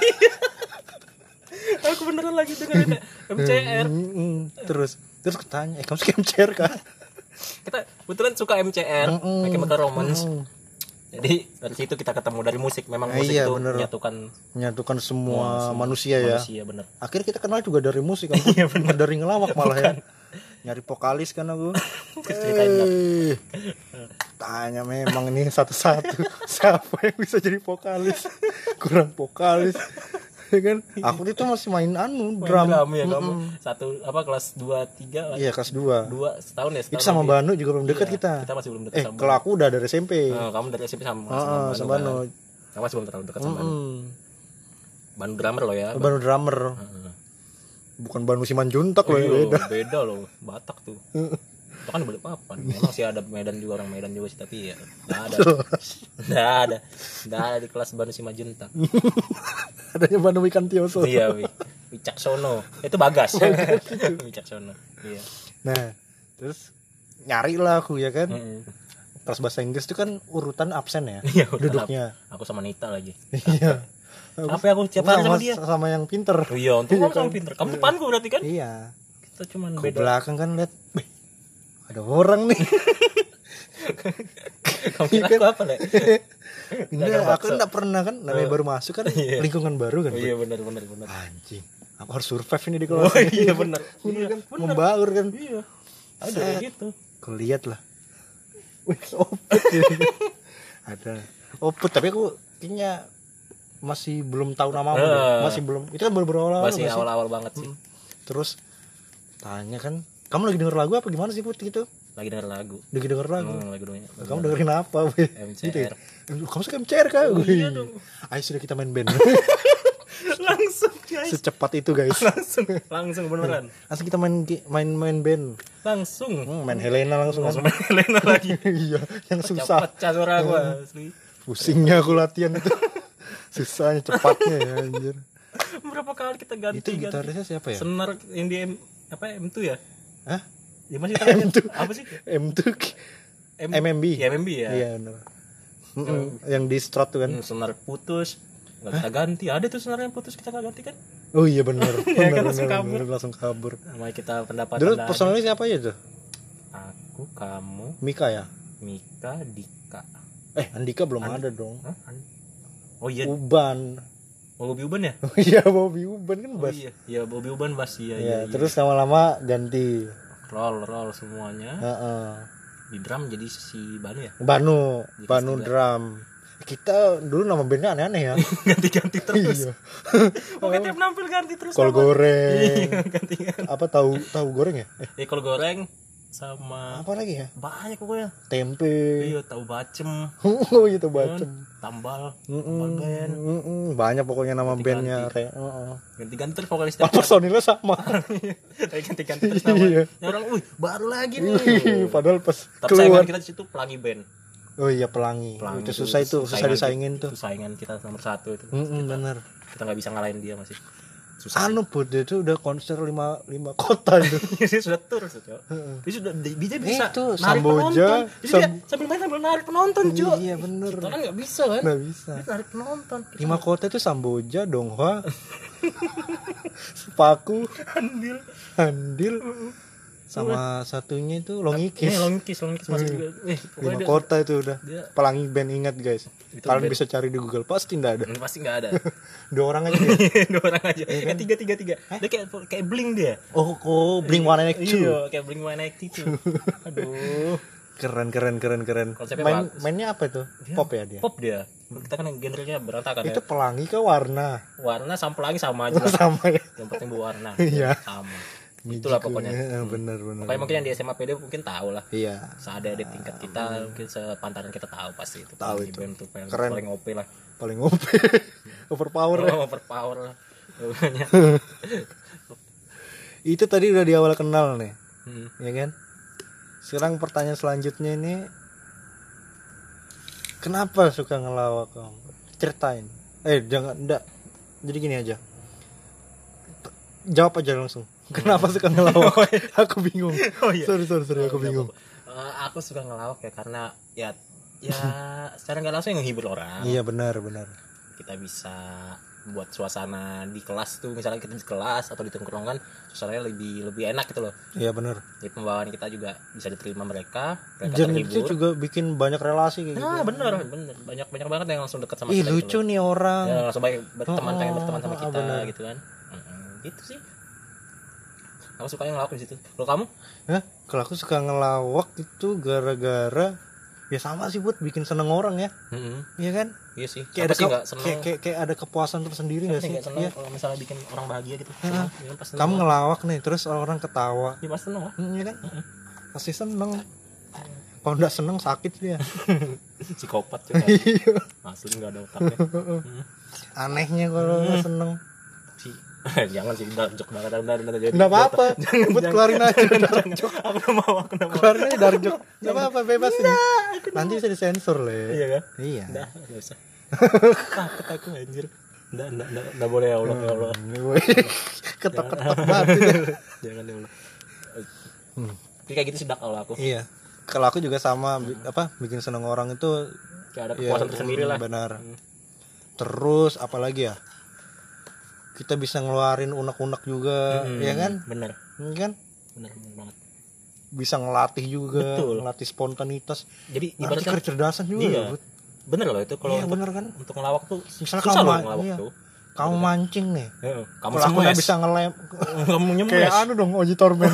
Aku beneran lagi dengerin M C R. Mm-mm. Terus terus ketanya, eh kamu suka M C R kan? Kita kebetulan suka M C R, Mm-mm. My Chemical Romance. Mm-mm. Jadi dari situ kita ketemu dari musik. Memang Eh, musik iya, itu bener. menyatukan Menyatukan semua semua manusia ya. manusia bener. Akhirnya kita kenal juga dari musik kan. Iya benar. Dari ngelawak malah ya. Nyari vokalis kan aku. Ceritain dong. Eh, tanya memang ini satu-satu siapa yang bisa jadi vokalis. Kurang vokalis. Ya kan? Aku itu masih main anu Main drum. drum ya kamu. Mm-mm. Satu apa kelas dua tiga lah. Iya kelas dua. Dua setahun ya Itu setahun. sama lebih. Banu juga belum dekat Iya, kita. Kita masih belum dekat Eh sama kalau aku udah dari S M P. Nah, kamu dari S M P sama Heeh, sama sama Banu. Banu. kan? Kamu masih belum terlalu dekat sama Banu. Mm-mm. Banu drummer lo ya. Banu drummer. Heeh. Bukan Banu Simanjuntak loh ya, Iya, beda. beda loh, Batak tuh. Itu kan boleh papan. Memang sih ada Medan juga, orang Medan juga sih, tapi ya enggak ada. Enggak ada. Enggak ada di kelas Banu Simajuntak. Adanya Banu Wikantioso. Iya, Wi. Wicaksono. Itu Bagas. Wicaksono. Iya. Nah, terus nyari lah aku ya kan. Heeh. Kelas bahasa Inggris itu kan urutan absen ya. Iya, udah Duduknya. Aku sama Nita lagi. Iya. Apa ya, aku tiap hari sama dia? Sama yang pinter. Oh iya, untung kamu sama pinter. Kamu depanku berarti kan? Iya. Kita cuman Ke beda. belakang kan lihat. Wih, ada orang nih. Kamu kira aku apa, Le? Enggak, aku enggak pernah kan namanya baru masuk kan Iya. lingkungan baru kan. Oh, iya benar benar benar. Anjing. Aku harus survive ini di kelas. Oh iya benar. Bener kan? Membaur kan. Iya. Ada kayak gitu. Kau lihat lah. Wih, opet. Ada. Opet tapi aku kayaknya masih belum tahu namamu deh. Eh. Masih belum. Itu kan baru berawal Masih awal-awal banget sih. Terus tanya kan, kamu lagi denger lagu apa gimana sih Put gitu? Lagi denger lagu. Lagi denger lagu. Hmm, lagi denger. Kamu dengerin apa, weh? M C R. Gitu ya? Kamu suka M C R kan? Oh, iya Wih. dong. Ayo sudah kita main band. Langsung guys. Secepat itu guys. Langsung langsung beneran. Langsung kita main main main band. Langsung. Hmm, main Helena langsung. Langsung main Helena lagi. Iya, yang susah. Pecah suara gua asli. Pusingnya aku latihan itu. Susahnya cepatnya ya anjir. Berapa kali kita ganti Itu ganti. gitarisnya siapa ya? Senar yang di M apa M dua ya? Hah? Ya masih tangannya. M dua. Apa sih? M dua M- M M B. Ya M M B ya. Iya benar. Mm-mm, yang di Strat tuh kan. Hmm, senar putus. Enggak kita ganti. Ada tuh senar yang putus kita enggak ganti kan? Oh iya benar. Ya kan, Benar, langsung benar, kabur. benar, langsung kabur. Sama kita pendapat Dulu personalnya siapa aja tuh? aku, kamu, Mika ya? Mika, Dika. Eh, Andika belum ada dong. Hah? An- Oh iya, Uban. oh, Bobby Uban ya? Oh iya, Bobby Uban kan Oh bass. iya, iya Bobby Uban bass iya, Ya, iya, iya. terus lama-lama ganti. roll roll semuanya. Heeh. Di drum jadi si Banu ya? Banu, Jadi Banu tiga. drum. Kita dulu nama bandnya aneh-aneh ya. Ganti-ganti terus. Iya. Pokoknya tiap nampil ganti terus. Kol nama. goreng. Iya, ganti-ganti. Apa tahu tahu goreng ya? Eh, Eh, kol goreng sama apa lagi ya? banyak pokoknya. Tempe. Iya, tahu bacem, Oh gitu bacem. tambal, Mm-mm. tambal band. Mm-mm. Banyak pokoknya nama Ganti-ganti. bandnya kayak. Heeh. Ganti-ganti terus vokalisnya. Personilnya sama. Kayak ganti-ganti terus nama. Iya. Ya orang, wih, baru lagi nih. Padahal pas Tapi keluar. saingan kita di situ pelangi band. Oh iya pelangi. Pelangi Itu susah itu, susah saingan disaingin kita- tuh. itu saingan kita nomor satu itu. Mm-mm, bener. Kita nggak bisa ngalahin dia masih. Susah. Anu Bud, itu udah konser lima lima kota itu. Dia sudah tur, Cok. Dia sudah dia bisa Itu, narik Samboja, penonton. Jadi Sam- dia sambil main sambil narik penonton, Cok. Iya bener. Kita kan enggak bisa kan? Nggak bisa. Dia narik penonton. Kita Lima kota itu Samboja, Donghua, Sepaku, andil. Handil, sama satunya itu Longikis. Eh, Longkis, Longkis masuk juga. Eh, pokoknya Lima dia- kota itu udah. dia- Pelangi Band, ingat guys. Itu Kalian band. bisa cari di Google, pasti nggak ada. Hmm, pasti enggak ada. Dua orang aja dia. Dua orang aja. Eh, tiga tiga tiga. Dia kayak kayak Blink dia. Oh, kok Blink one eighty-two. Iya, kayak Blink one eighty-two. Aduh. Keren keren keren keren. Konsepnya Main bagus. mainnya apa itu? Pop ya dia. Pop dia. Kita kan genrenya berantakan Itu ya. pelangi ke warna. Warna sama pelangi sama aja lah. Sama ya. Yang penting berwarna. Iya. Sama. Itulah pokoknya. Eh, bener bener. Pokoknya mungkin yang di S M A P D mungkin tahu lah. Iya. Seada di tingkat kita mungkin sepantaran kita tahu pasti itu. Tahu Pelangi itu. band tuh paling, Keren. paling O P lah. Paling O P. Overpower ya. Oh, overpower lah. Pokoknya. Itu tadi udah di awal kenal nih. Hmm. Ya kan? Sekarang pertanyaan selanjutnya ini, kenapa suka ngelawak kamu? Ceritain. Eh jangan, enggak. Jadi gini aja. T- Jawab aja langsung. Kenapa suka ngelawak? Aku bingung. Oh, iya. Sorry sorry sorry, aku bingung. Eh, aku suka ngelawak ya karena ya ya secara nggak langsung menghibur orang. Iya benar benar. Kita bisa buat suasana di kelas tuh, misalnya kita di kelas atau di tongkrongan, suasananya lebih lebih enak gitu loh. Iya benar. Jadi pembawaan kita juga bisa diterima mereka, mereka Dan terhibur. itu juga bikin banyak relasi kayak gitu. Nah, bener, bener. Banyak banyak banget yang langsung dekat sama Ih kita. lucu gitu loh. nih orang. Ya, langsung baik berteman, pengen berteman sama ah, kita bener. gitu kan. Mm-mm, gitu sih. Aku sukanya ngelawak di situ. Kalau kamu? Hah? Kalau aku suka ngelawak itu gara-gara ya sama sih buat bikin seneng orang ya. Mm-hmm. Iya kan? Iya sih. Kayak Aku ada sih ke- nggak seneng. kayak, kayak, kayak ada kepuasan tersendiri Aku nggak sih sih? nggak seneng Iya. kalau misalnya bikin orang bahagia gitu. Seneng. Ya, pasti Kamu seneng. ngelawak nih, terus orang ketawa. Ya pasti seneng lah. Hmm, iya kan? Pasti seneng. Kalau nggak seneng sakit dia. Psikopat juga. Iya. Asli nggak ada otaknya. Hmm. Anehnya kalau nggak seneng. Si jangan sih dark joke banget benar benar jadi. Nggak apa-apa. Buat keluarin aja. dark joke. Aku udah mau, aku udah mau. Keluarin aja dark joke. Nggak apa-apa, bebas ini. Nanti bisa disensor le. Iya kan? Iya. Udah, enggak usah. Takut aku anjir. Enggak, enggak, enggak, enggak boleh ya Allah, ya Allah. Ketok-ketok banget. Jangan ya Allah. Tapi kayak gitu sih dak kalau aku. Iya. Kalau aku juga sama bi- apa bikin seneng orang itu Kayak ada ya, kepuasan tersendiri lah. benar. Terus apalagi ya? Kita bisa ngeluarin unek-unek juga, Hmm, ya kan? Bener, Iya kan? bener, bener banget. Bisa ngelatih juga, Betul. ngelatih spontanitas, Jadi ngelatih ibaratnya kecerdasan juga. iya. Bud. Bener loh itu kalau Iya, untuk, bener kan? untuk ngelawak tuh Misalnya susah kamu loh ma- ngelawak iya. tuh. Kamu mancing nih. Ya, kamu Kalau aku nggak semes. bisa ngelem, Kamu nyemes. kayak anu dong, Oji Tormen.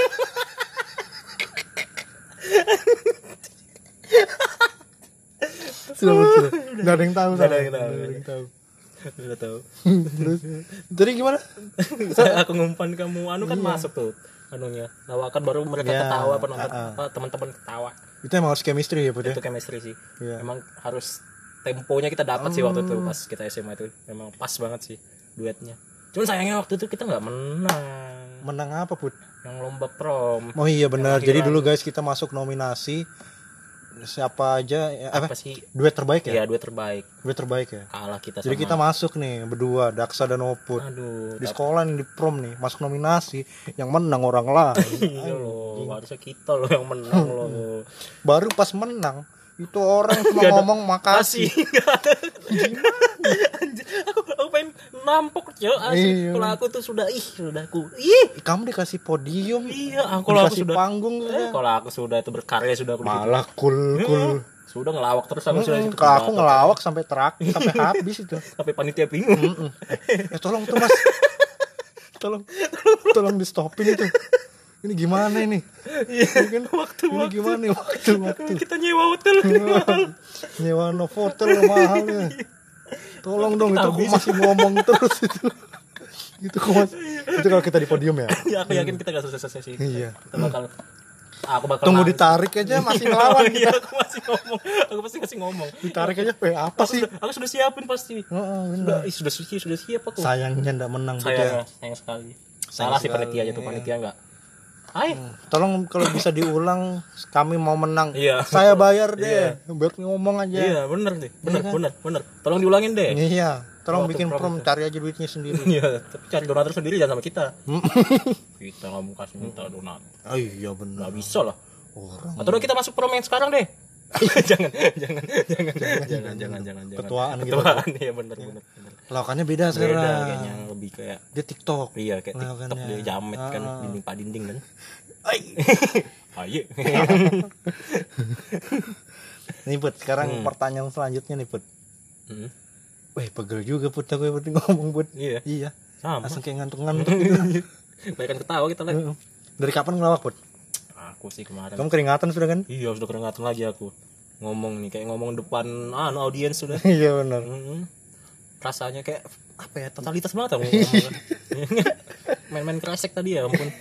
Sudah, Bud, sudah. Nggak ada yang tahu. Nggak ada sama. yang tahu. Nggak ada yang tahu. Udah tahu. Terus, jadi gimana? Aku ngumpan kamu anu kan masuk tuh anunya. Lawakan baru mereka Iya, ketawa penonton ah, ah. apa teman-teman ketawa. Itu emang harus chemistry ya, Bud ya? Itu chemistry sih. Iya. Emang harus temponya kita dapat sih waktu itu pas kita S M A itu. Emang pas banget sih duetnya. Cuman sayangnya waktu itu kita nggak menang. Menang apa, Bud? Yang lomba prom. Oh iya benar. Yang Jadi akhiran. dulu guys kita masuk nominasi siapa aja ya, apa? Apa sih? Duet terbaik ya? Iya, duet terbaik. Duet terbaik ya. Kalah kita Jadi sama. kita masuk nih berdua, Daksa dan Oput. Aduh. Di sekolah nih di prom nih, masuk nominasi, yang menang orang lain. Iya loh, harusnya kita loh yang menang loh. Baru pas menang, itu orang cuma ngomong makasih. Kasih enggak ada. Anjir, aku aku pengen nampok ya asli. Iya. Kalau aku tuh sudah ih, sudah aku. Ih, Kamu dikasih podium, iya, aku kalau aku dikasih sudah panggung, eh, kalau aku sudah itu berkarya sudah aku malah cool cool. sudah ngelawak terus aku sudah Hmm, itu kalau aku ngelawak sampai terak, sampai habis itu. sampai panitia bingung. Eh tolong tuh mas, tolong, tolong di stopin itu. Ini gimana ini? Iya, kan waktu Ini waktu gimana nih waktu waktu? kita nyewa hotel mahal. Nyewa Novotel mahal ya. Tolong dong itu kok masih ngomong terus itu. Itu kok masih. Itu kalau kita di podium ya. Ya aku yakin kita gak selesai sih. Iya. Kita bakal aku bakal Tunggu nangis. ditarik aja masih Oh, ngelawan iya, kita. aku masih ngomong. Aku pasti masih ngomong. Ditarik aja, eh apa Aku sih? sudah, aku sudah siapin pasti. Heeh, Sudah, benar. ih, sudah siap, sudah siap aku. Sayangnya enggak menang betul Sayang, ya. sayang sekali. Salah sih panitia aja tuh, panitia enggak. Ayo. Tolong kalau bisa diulang, kami mau menang. Iya. Saya bayar deh. Buat ngomong aja. Iya, bener nih. Bener, bener, bener. Tolong diulangin deh. Iya. tolong Waktu bikin prom prom, itu. cari aja duitnya sendiri. Iya, tapi cari donatur sendiri jangan sama kita. Kita nggak mau kasih minta donat. Oh iya benar. Nggak bisa lah. Orang Atau udah kita masuk prom yang sekarang deh. jangan, jangan, jangan, jangan, jangan, jangan, jangan. Ketuaan gitu. Ketuaan, iya benar, benar, benar. lawakannya beda sekarang. Beda kayaknya lebih kayak Dia TikTok. iya kayak TikTok Lawakannya. dia jamet kan Ah. dinding pak dinding kan. Ai. Ayo. Nih Put, sekarang Hmm. pertanyaan selanjutnya nih Put. Hmm, Weh, pegel juga Put, aku Put ngomong Put. Iya. Iya. Sama. Langsung kayak ngantuk-ngantuk gitu. Banyak ketawa kita lagi. Dari kapan ngelawak Put? Aku sih kemarin. Kamu keringatan sudah kan? Iya sudah keringatan lagi aku. Ngomong nih kayak ngomong depan anu audiens sudah. Iya benar. Mm-hmm. Rasanya kayak apa ya totalitas banget aku ngomong. Main-main kresek tadi ya ampun.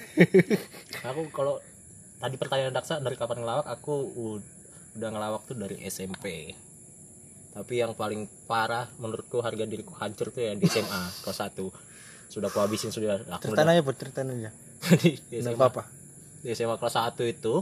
Aku kalau tadi pertanyaan Daksa dari kapan ngelawak, aku u- udah ngelawak tuh dari S M P. Tapi yang paling parah menurutku harga diriku hancur tuh ya di S M A kelas satu. Sudah aku habisin sudah. Aku Ceritain udah aja Put, ceritain aja. di S Enggak M A, apa-apa. di S M A kelas satu itu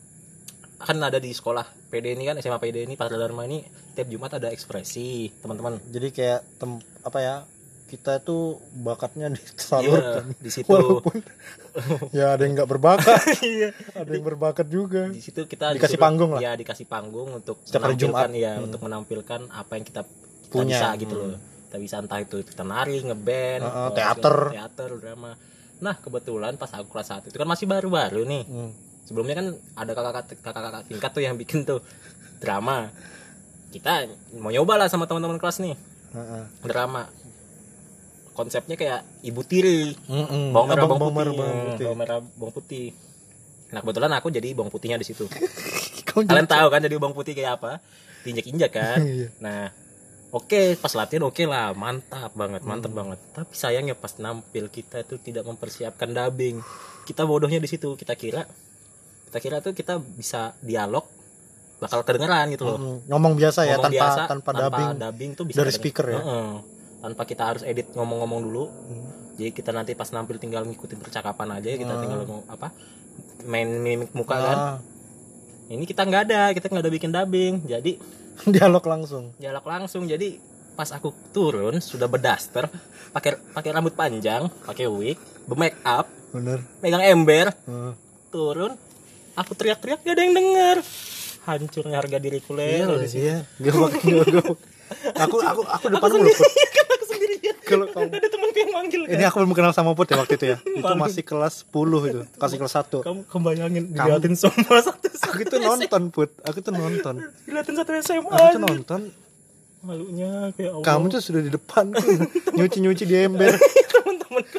kan ada di sekolah P D ini kan, S M A P D ini Padra Dharma ini tiap Jumat ada ekspresi teman-teman. Jadi kayak tem apa ya? Kita tuh bakatnya Iya, disalurkan. di situ Walaupun ya ada yang nggak berbakat, iya, ada yang berbakat juga. di situ kita Dikasih disuruh- panggung lah. Ya, dikasih panggung untuk Setiap hari menampilkan Jumat. ya, Hmm. untuk menampilkan apa yang kita, kita Punya. bisa gitu loh. Kita bisa entah itu kita nari, ngeband, Uh, uh, atau teater. teater, drama. Nah, kebetulan pas aku kelas satu itu kan masih baru-baru nih. Hmm. Sebelumnya kan ada kakak-kakak kakak-kakak tingkat tuh yang bikin tuh drama. Kita mau nyoba lah sama teman-teman kelas nih. Heeh. Drama. Konsepnya kayak ibu tiri. Mm-mm. Bawang merah, Abang- bawang, bawang putih. merah, bawang Hmm, putih. bawang merah, bawang putih. Nah, kebetulan aku jadi bawang putihnya di situ. Kamu Kalian jadi- tahu kan jadi bawang putih kayak apa? Diinjak-injak kan. Iya. Nah, oke, pas latihan oke lah, mantap banget, mantap Hmm. banget. Tapi sayangnya pas nampil kita itu tidak mempersiapkan dubbing. Kita bodohnya di situ. Kita kira kita kira tuh kita bisa dialog bakal kedengeran gitu loh. Mm, ngomong biasa ya, Ngomong tanpa biasa, tanpa dubbing. dubbing tuh bisa dari kedengeran. speaker ya? Heeh. Tanpa kita harus edit ngomong-ngomong dulu. Hmm. Jadi kita nanti pas nampil tinggal ngikutin percakapan aja, kita Ah. tinggal ngomong apa? Main mimik muka kan. Ah, Ini kita nggak ada, kita nggak ada bikin dubbing. Jadi dialog langsung. dialog langsung. Jadi pas aku turun sudah berdaster, pakai pakai rambut panjang, pakai wig, be-make up, Bener. megang ember, Ah. turun, aku teriak-teriak gak ada yang denger. Hancurnya harga diriku Iya, lelo di situ. iya. Gawak, gawak, gawak. Aku aku aku depan mulu Put. Aku sendirian. Kalau kamu Ada temanku yang manggil kan. ini aku belum kenal sama Put ya waktu itu ya. Itu masih kelas sepuluh itu, kasih kelas satu. Kamu kebayangin diliatin semua satu Aku tuh nonton Put, aku tuh nonton. diliatin satu S M A. Aku tuh nonton. Malunya kayak Allah. Kamu tuh sudah di depan tuh, nyuci-nyuci di ember. teman-temanku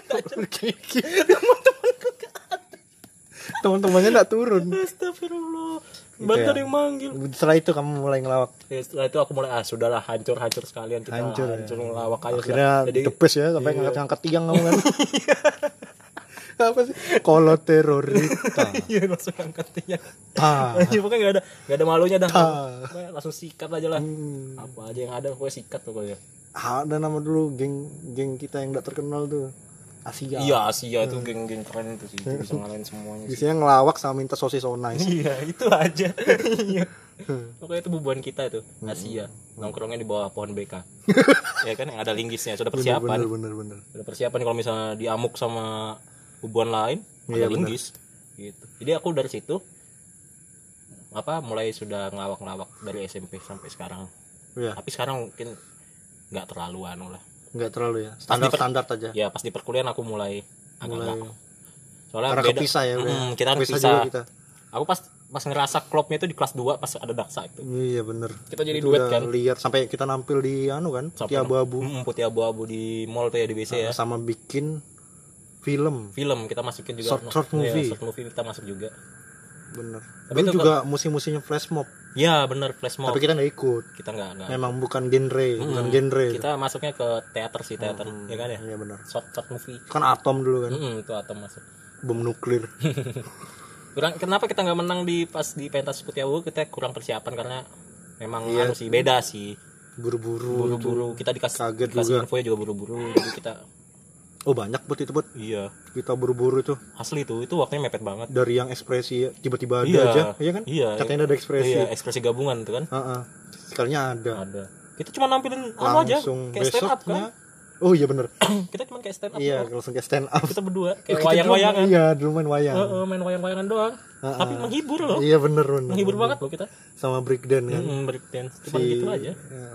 teman-temanku Teman-temannya enggak turun. astagfirullah. Gitu Baru ya. ada yang manggil. Setelah itu kamu mulai ngelawak. Ya, setelah itu aku mulai ah sudahlah hancur hancur sekalian kita Hancur, hancur, ya. ngelawak aja Akhirnya sudah. Jadi depes ya sampai iya. ngangkat-ngangkat tiang kamu kan. Apa sih? Kolo terorita. iya langsung angkat ya. Ah. Iya pokoknya nggak ada nggak ada malunya dah. Ah. Pokoknya langsung sikat aja lah. Hmm. Apa aja yang ada pokoknya sikat pokoknya. Ada nama dulu geng geng kita yang enggak terkenal tuh. Asia. Iya Asia itu geng-geng keren itu sih, itu bisa ngalahin semuanya sih. Biasanya ngelawak sama minta sosis so nice. Iya itu aja. Iya. Pokoknya itu bubuan kita itu Asia nongkrongnya di bawah pohon B K. Ya kan yang ada linggisnya sudah persiapan. Bener bener bener. Sudah persiapan kalau misalnya diamuk sama bubuan lain Iya, ada linggis gitu. Jadi aku dari situ apa mulai sudah ngelawak-ngelawak dari S M P sampai sekarang. Iya, Tapi sekarang mungkin nggak terlalu anu lah. enggak terlalu ya. Standar-standar aja. Ya pas di perkuliahan aku mulai Mulai agak soalnya karena beda. kepisah ya udah. Mm, kita kan Kepisah pisah. juga kita. Aku pas pas ngerasa klopnya itu di kelas dua pas ada Daksa itu. Iya bener. Kita jadi Itu duet udah kan. liar sampai kita nampil di anu kan, Sampai- di abu-abu. Mm, putih abu-abu di mall tuh ya di B C ya. Sama bikin film. Film kita masukin juga. Short- short Iya, movie. short movie kita masuk juga. Bener. Tapi Tapi itu juga musim-musimnya flash mob. Ya bener flash mob. Tapi kita nggak ikut. Kita nggak nggak. Memang bukan genre, bukan Mm, genre. Kita masuknya ke teater sih teater, ya kan ya. Iya benar. Short short movie. Kan atom dulu kan, Mm-mm, itu atom masuk. bom nuklir. Kurang kenapa kita nggak menang di pas di pentas putih abu kita kurang persiapan karena memang Iya. anu sih beda sih. Buru-buru. Buru-buru kita dikasih Kaget dikasih juga. infonya juga buru-buru jadi kita Oh banyak buat itu buat iya kita buru-buru itu asli tuh itu waktunya mepet banget. dari yang ekspresi tiba-tiba ada Iya. aja, iya kan? Iya. Katanya ada ekspresi. Iya, ekspresi gabungan tuh kan. Heeh. Sekalinya ada. Ada. Kita cuma nampilin anu aja langsung kayak stand up besoknya. kan. Oh iya bener. Kita cuma kayak stand up. Iya doang. langsung kayak stand up. Kita berdua kayak Kita wayang-wayangan. dulu- Iya dulu main wayang. Heeh, main wayang-wayangan doang. Uh-uh. Tapi menghibur loh. Iya bener bener. Menghibur bener. banget loh kita. Sama breakdance kan. Mm, breakdance. Cuma Si- gitu aja. Iya.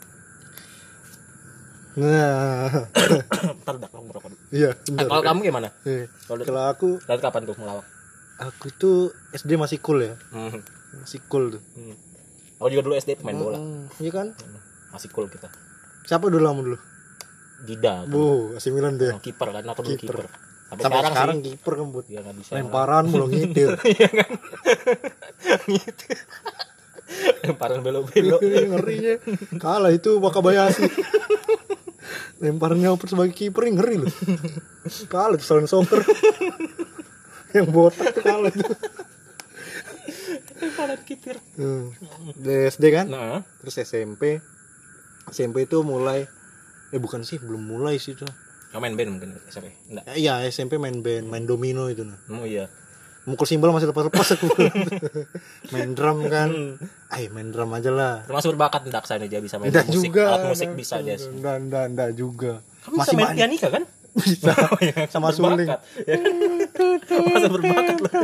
Nah, Ntar dah kamu merokok dulu. iya. Nah, bener. kalau kamu gimana? Iya. Kalau Kalau aku, dari kapan tuh melawak? aku tuh S D masih cool ya, Hmm. masih cool tuh. Hmm. Aku juga dulu S D pemain bola. Hmm, iya kan? Hmm. Masih cool kita. Siapa dulu kamu dulu? Dida. Bu, A C Milan deh. Oh, kiper kan aku dulu Kiper. kiper. Sampai, Sampai sekarang, sekarang sih. kiper kan buat Ya enggak bisa. lemparan mulu ngitir. Iya kan. Gitu. Lemparan belok-belok. Ngerinya. Kalah itu Wakabayashi. Lemparannya oper sebagai kiper ini ngeri loh. Kalah tuh Salen Soccer. Yang botak tuh kalah tuh. Lemparan kiper. Hmm. Di S D kan? Nah, Terus S M P. S M P itu mulai eh bukan sih, belum mulai sih tuh. kamu main band mungkin S M P? Enggak. Eh, iya, S M P main band, main domino itu nah. Oh iya. Mukul simbol masih lepas-lepas aku. Main drum kan. Ayo main drum aja lah. Termasuk berbakat Daksa ini dia bisa main Enggak musik, juga. alat musik bisa dia. Enggak, enggak, enggak juga. Kamu bisa main pianika kan? Bisa. Sama suling. Berbakat, ya. Masa berbakat loh.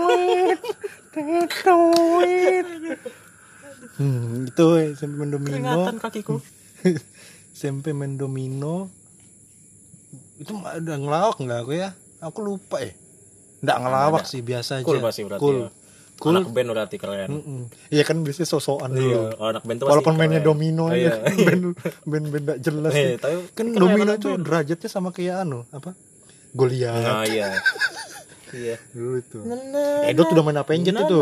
Hmm, itu S M P main domino. Keringatan kakiku. S M P main domino. Itu ada ngelawak enggak aku ya? Aku lupa eh. Enggak ngelawak sih, biasa aja. Cool masih berarti. Cool. Ya. Cool. Anak band berarti keren. Mm-mm. Iya kan biasanya sosokan dulu. Iya, oh, anak band tuh Walaupun pasti mainnya keren. domino Oh, aja iya. kan, band band band gak jelas. Eh, nih. tapi Kan keren domino anak itu band. derajatnya sama kayak anu, apa? Goliath. Nah, iya. Iya. Dulu itu. Edot udah main Avenged itu.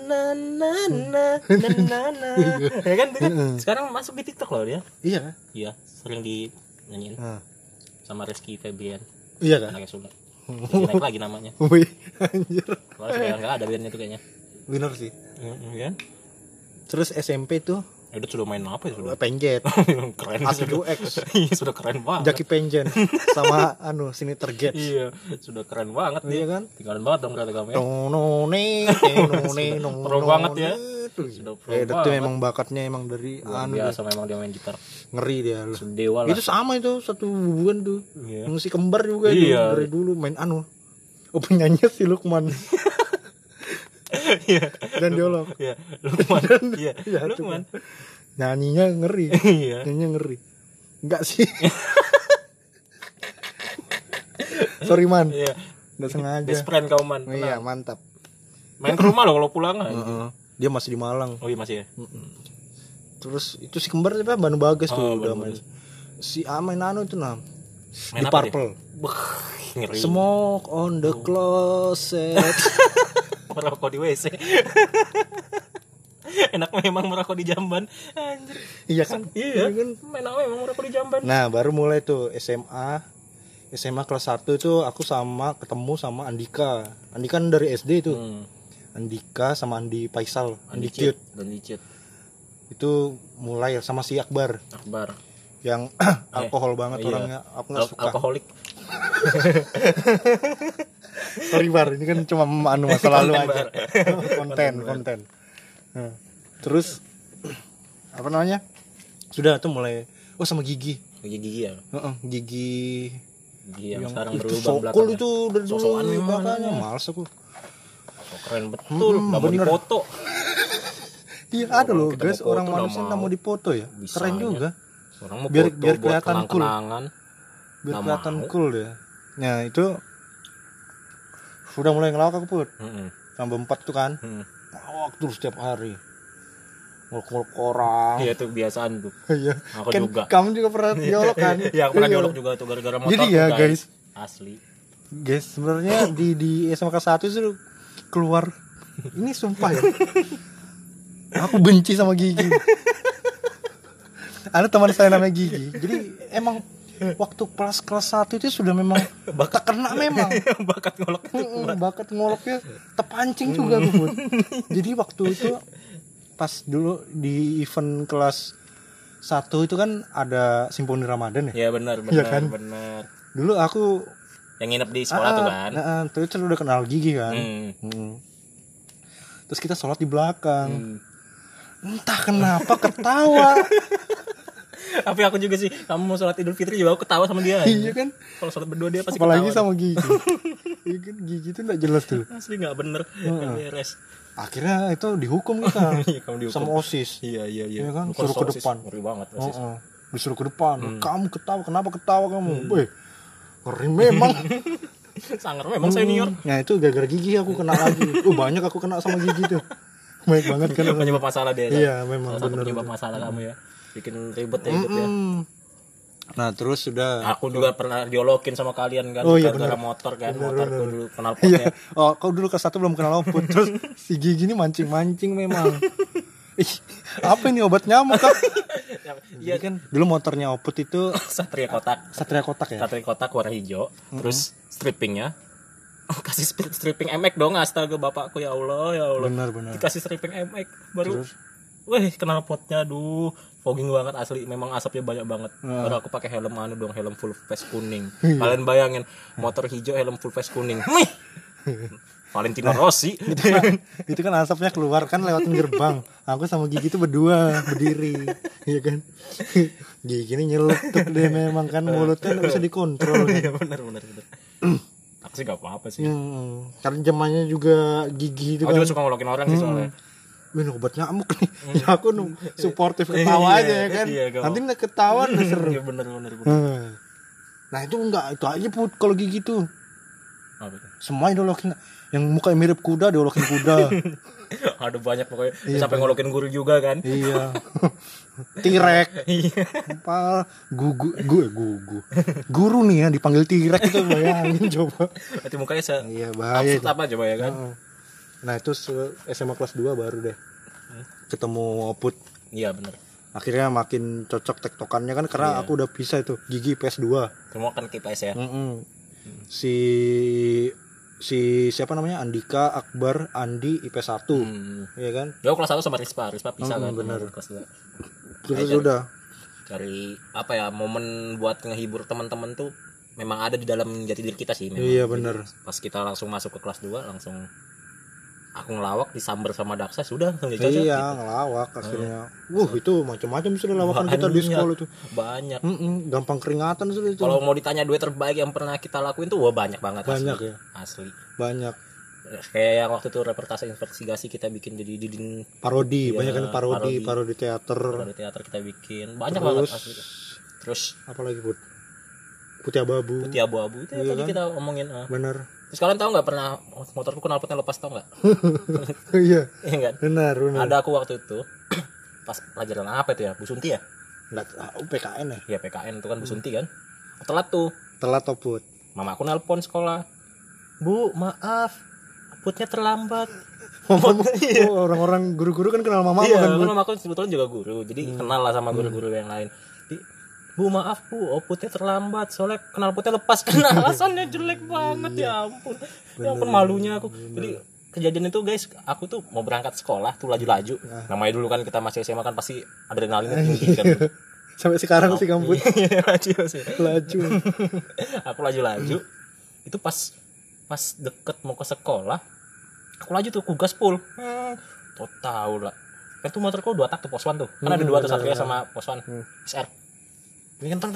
Ya kan, dia kan sekarang masuk di TikTok loh dia. Iya. Iya, sering dinyanyiin Nah. sama Rizky Febian. Iya kan? Anaknya Sunda. Jadi naik lagi namanya. Wih, anjir. Kalau sekarang enggak ada bandnya itu kayaknya. Winner sih. Iya kan? Terus S M P tuh Edot sudah main apa ya sudah? Avenged. Keren Asli sudah. X. Iya, sudah keren banget. Jackie Penjen sama anu sini Target. Iya, sudah keren banget dia. Iya kan? Tinggalan banget dong kata kamu ya. Nonone, nonone, nonone. Pro banget ya. Sudah pro Eh, itu banget. emang bakatnya emang dari Luar anu biasa memang dia main gitar. ngeri dia lu. Dewa lah. Itu sama itu satu hubungan tuh. Iya. Yang si kembar juga Iya. tuh, dari dulu main anu. Oh penyanyi si Lukman. Iya. Dan dialog. Iya, Lukman. Iya, Iya, Lukman. Nyanyinya ngeri. Iya. Nyanyinya ngeri. Enggak sih. Sorry man. Iya. Enggak sengaja. Best friend kau man. Oh, iya, mantap. Main ke rumah lo kalau pulang aja. Heeh. Dia masih di Malang. Oh iya masih ya. Terus itu si kembar siapa? Banu Bagas tuh Oh, udah Banu main. Bagas. Si Amin anu itu nah. Main Di apa Purple. Beuh, ngeri. Smoke on the closet. Merokok di W C. Enak memang merokok di jamban. Anjir. Iya kan? Iya. kan? Enak memang merokok di jamban. Nah, baru mulai tuh S M A. S M A kelas satu itu aku sama ketemu sama Andika. Andika kan dari S D itu. Hmm. Andika sama Andi Faisal, Andi Andi Ciut. Ciut, Andi Ciut. Itu mulai sama si Akbar Akbar. yang alkohol banget Iya. orangnya. Aku enggak Al- suka. Alkoholik. Sorry Bar, ini kan cuma anu masa lalu Konten, aja. Bar. konten, konten. Nah, terus apa namanya? Sudah tuh mulai oh sama Gigi. Gigi gigi ya. Heeh, Gigi Gigi yang, yang sekarang itu berubah sokul belakangnya. itu dari dulu Sosokan memang belakangnya anaknya. males aku. So, keren betul. Hmm, Nggak mau bener. dipoto. Iya ada loh kita guys, mau foto, orang nggak manusia mau. nggak mau dipoto ya. Bisanya. Keren juga. Orang mau Biar- foto biar buat kelihatan cool. kenang-kenangan. Biar Nggak kelihatan mau. cool ya. Nah itu sudah mulai ngelawak aku put. Mm-mm. Sampai empat tuh kan. Hmm. Ngelawak terus setiap hari. Ngolok-ngolok orang. Iya tuh kebiasaan tuh. Iya. Aku Kan juga. Kamu juga pernah diolok kan? Iya, aku pernah Iya. diolok juga tuh gara-gara motor. Jadi tuh, ya guys, Asli. guys sebenarnya di di S M K satu itu keluar ini sumpah ya. Aku benci sama Gigi. Ada teman saya namanya Gigi. Jadi emang waktu kelas kelas satu itu sudah memang bakat kena memang. Bakat ngolok itu. Mm-mm, bakat ngoloknya terpancing juga aku Bud. Jadi waktu itu pas dulu di event kelas satu itu kan ada Simponi Ramadan ya. Iya benar, benar, Iya kan? benar. Dulu aku Yang nginep di sekolah tuh kan. Ah, ah, terus udah kenal Gigi kan. Hmm. Hmm. Terus kita sholat di belakang. Hmm. Entah kenapa ketawa. Tapi aku juga sih, kamu mau sholat Idul Fitri juga aku ketawa sama dia. Iya kan? Kalau sholat berdua dia pasti Apalagi ketawa. sama Gigi. Iya kan Gigi itu enggak jelas tuh. Asli enggak bener, enggak beres. Akhirnya itu dihukum kita. Iya, kamu dihukum. Sama OSIS. Iya, iya, iya. Iya kan? Bukan Suruh ke sosis, depan. Ngeri banget Oh, OSIS. oh. Disuruh ke depan. Kamu ketawa, kenapa ketawa kamu? Weh. Ngeri memang. Sangar memang senior. Nah, itu gara-gara Gigi aku kena lagi. Oh, banyak aku kena sama Gigi tuh. Banyak banget kan. Penyebab masalah dia. Iya, memang Salah satu bener. penyebab masalah kamu ya. Bikin ribet ya hidup ya. Hmm. Nah, terus sudah. Aku juga pernah diolokin sama kalian kan, Oh, iya, gara-gara bener. motor kan, motorku dulu kenal Iya. potnya. Oh, kau dulu kelas satu belum kenal oput. Terus si Gigi ini mancing-mancing memang. Ih, apa ini obat nyamuk kak? Iya kan dulu motornya oput itu Satria kotak, Satria kotak ya. Satria kotak warna hijau, terus strippingnya kasih sp- stripping M X dong, astaga bapakku ya Allah ya Allah. Benar-benar. Dikasih stripping M X baru. Weh, kenal potnya aduh, fogging banget asli, memang asapnya banyak banget. Baru aku pakai helm anu dong, helm full face kuning. Kalian bayangin, motor hijau helm full face kuning. Wih. Valentino Rossi. Itu kan, itu kan asapnya keluar kan lewatin gerbang. Aku sama Gigi tuh berdua berdiri, iya kan. Gigi ini nyeletuk deh memang kan mulutnya nggak bisa dikontrol. Iya benar benar benar. Aku sih gak apa-apa sih. Hmm, karena zamannya juga Gigi itu Aku kan. juga suka ngolokin orang sih soalnya. Wih, obat nyamuk nih. Ya aku nu suportif ketawa aja ya kan. Iya, gak Nanti nggak ketahuan udah seru. Iya benar benar benar. Hmm. Nah itu enggak, itu aja Put kalau Gigi tuh. Apa itu? Semua idolokin, yang mukanya mirip kuda diolokin kuda. Ada banyak pokoknya. Sampai ngolokin guru juga kan. Iya. Tirek. Iya. Apa gugu gue gugu. Guru nih ya dipanggil Tirek itu bayangin coba. Berarti mukanya se Iya bahaya. absurd apa coba ya kan. Heeh. Nah itu se- S M A kelas dua baru deh ketemu Oput. Iya benar. Akhirnya makin cocok tektokannya kan karena aku udah bisa itu Gigi P S dua. Semua kan K P S ya. Mm-mm. Si si siapa namanya Andika, Akbar, Andi I P S satu. Hmm. Iya kan? Ya aku kelas satu sama Rispa, Rispa bisa Hmm, kan. bener. Kelas dua. Terus Ayo, udah Cari apa ya, momen buat ngehibur teman-teman tuh memang ada di dalam jati diri kita sih memang. Iya Jadi, bener. Pas kita langsung masuk ke kelas dua langsung aku ngelawak disamber sama Daksa sudah langsung jadi cocok. Iya, gitu. ngelawak akhirnya. Wuh, itu macam-macam sudah lawakan kita di Banyak, sekolah itu. Banyak. Mm-mm, gampang keringatan sudah itu. Kalau mau ditanya duet terbaik yang pernah kita lakuin tuh wah banyak banget. Banyak asli. ya? Asli. Banyak Kayak yang waktu itu reportase investigasi kita bikin jadi didin parodi, Iya, banyak kan parodi, parodi. parodi teater. dari teater kita bikin. Banyak Terus, banget asli. Terus Apalagi Put? Putih abu-abu. putih abu-abu itu Iya tadi kan? kita omongin. ah. Bener. Terus kalian tahu nggak pernah motorku knalpotnya lepas, tau nggak? Iya. Iya kan? Benar, benar. Ada aku waktu itu pas pelajaran apa itu ya? Bu Sunti ya? Enggak tahu P K N ya. Iya P K N itu kan Bu Sunti kan. Telat tuh. Telat toh, Put. Mama aku nelpon sekolah. Bu, maaf. Putnya terlambat. Mamamu, oh, orang-orang guru-guru kan kenal mamamu Iya, kan, kan Put. mama aku sebetulnya juga guru. Jadi kenal lah sama guru-guru yang lain. Di, Bu, maaf Bu, oh, putnya terlambat. Soalnya knalpotnya lepas. Karena alasannya jelek banget, ya ampun. Ya ampun malunya aku. Jadi kejadian itu guys, aku tuh mau berangkat sekolah tuh laju-laju. Namanya dulu kan kita masih S M A kan pasti adrenalinnya tinggi kan. Sampai sekarang sih kamu laju sih. laju. Aku laju-laju. Itu pas pas deket mau ke sekolah, aku laju tuh ku gaspol. Hmm, tuh tahu lah. Kan tuh motorku dua tak tuh pos one tuh. Kan ada dua tuh, Satria sama pos one. S R. Ini kan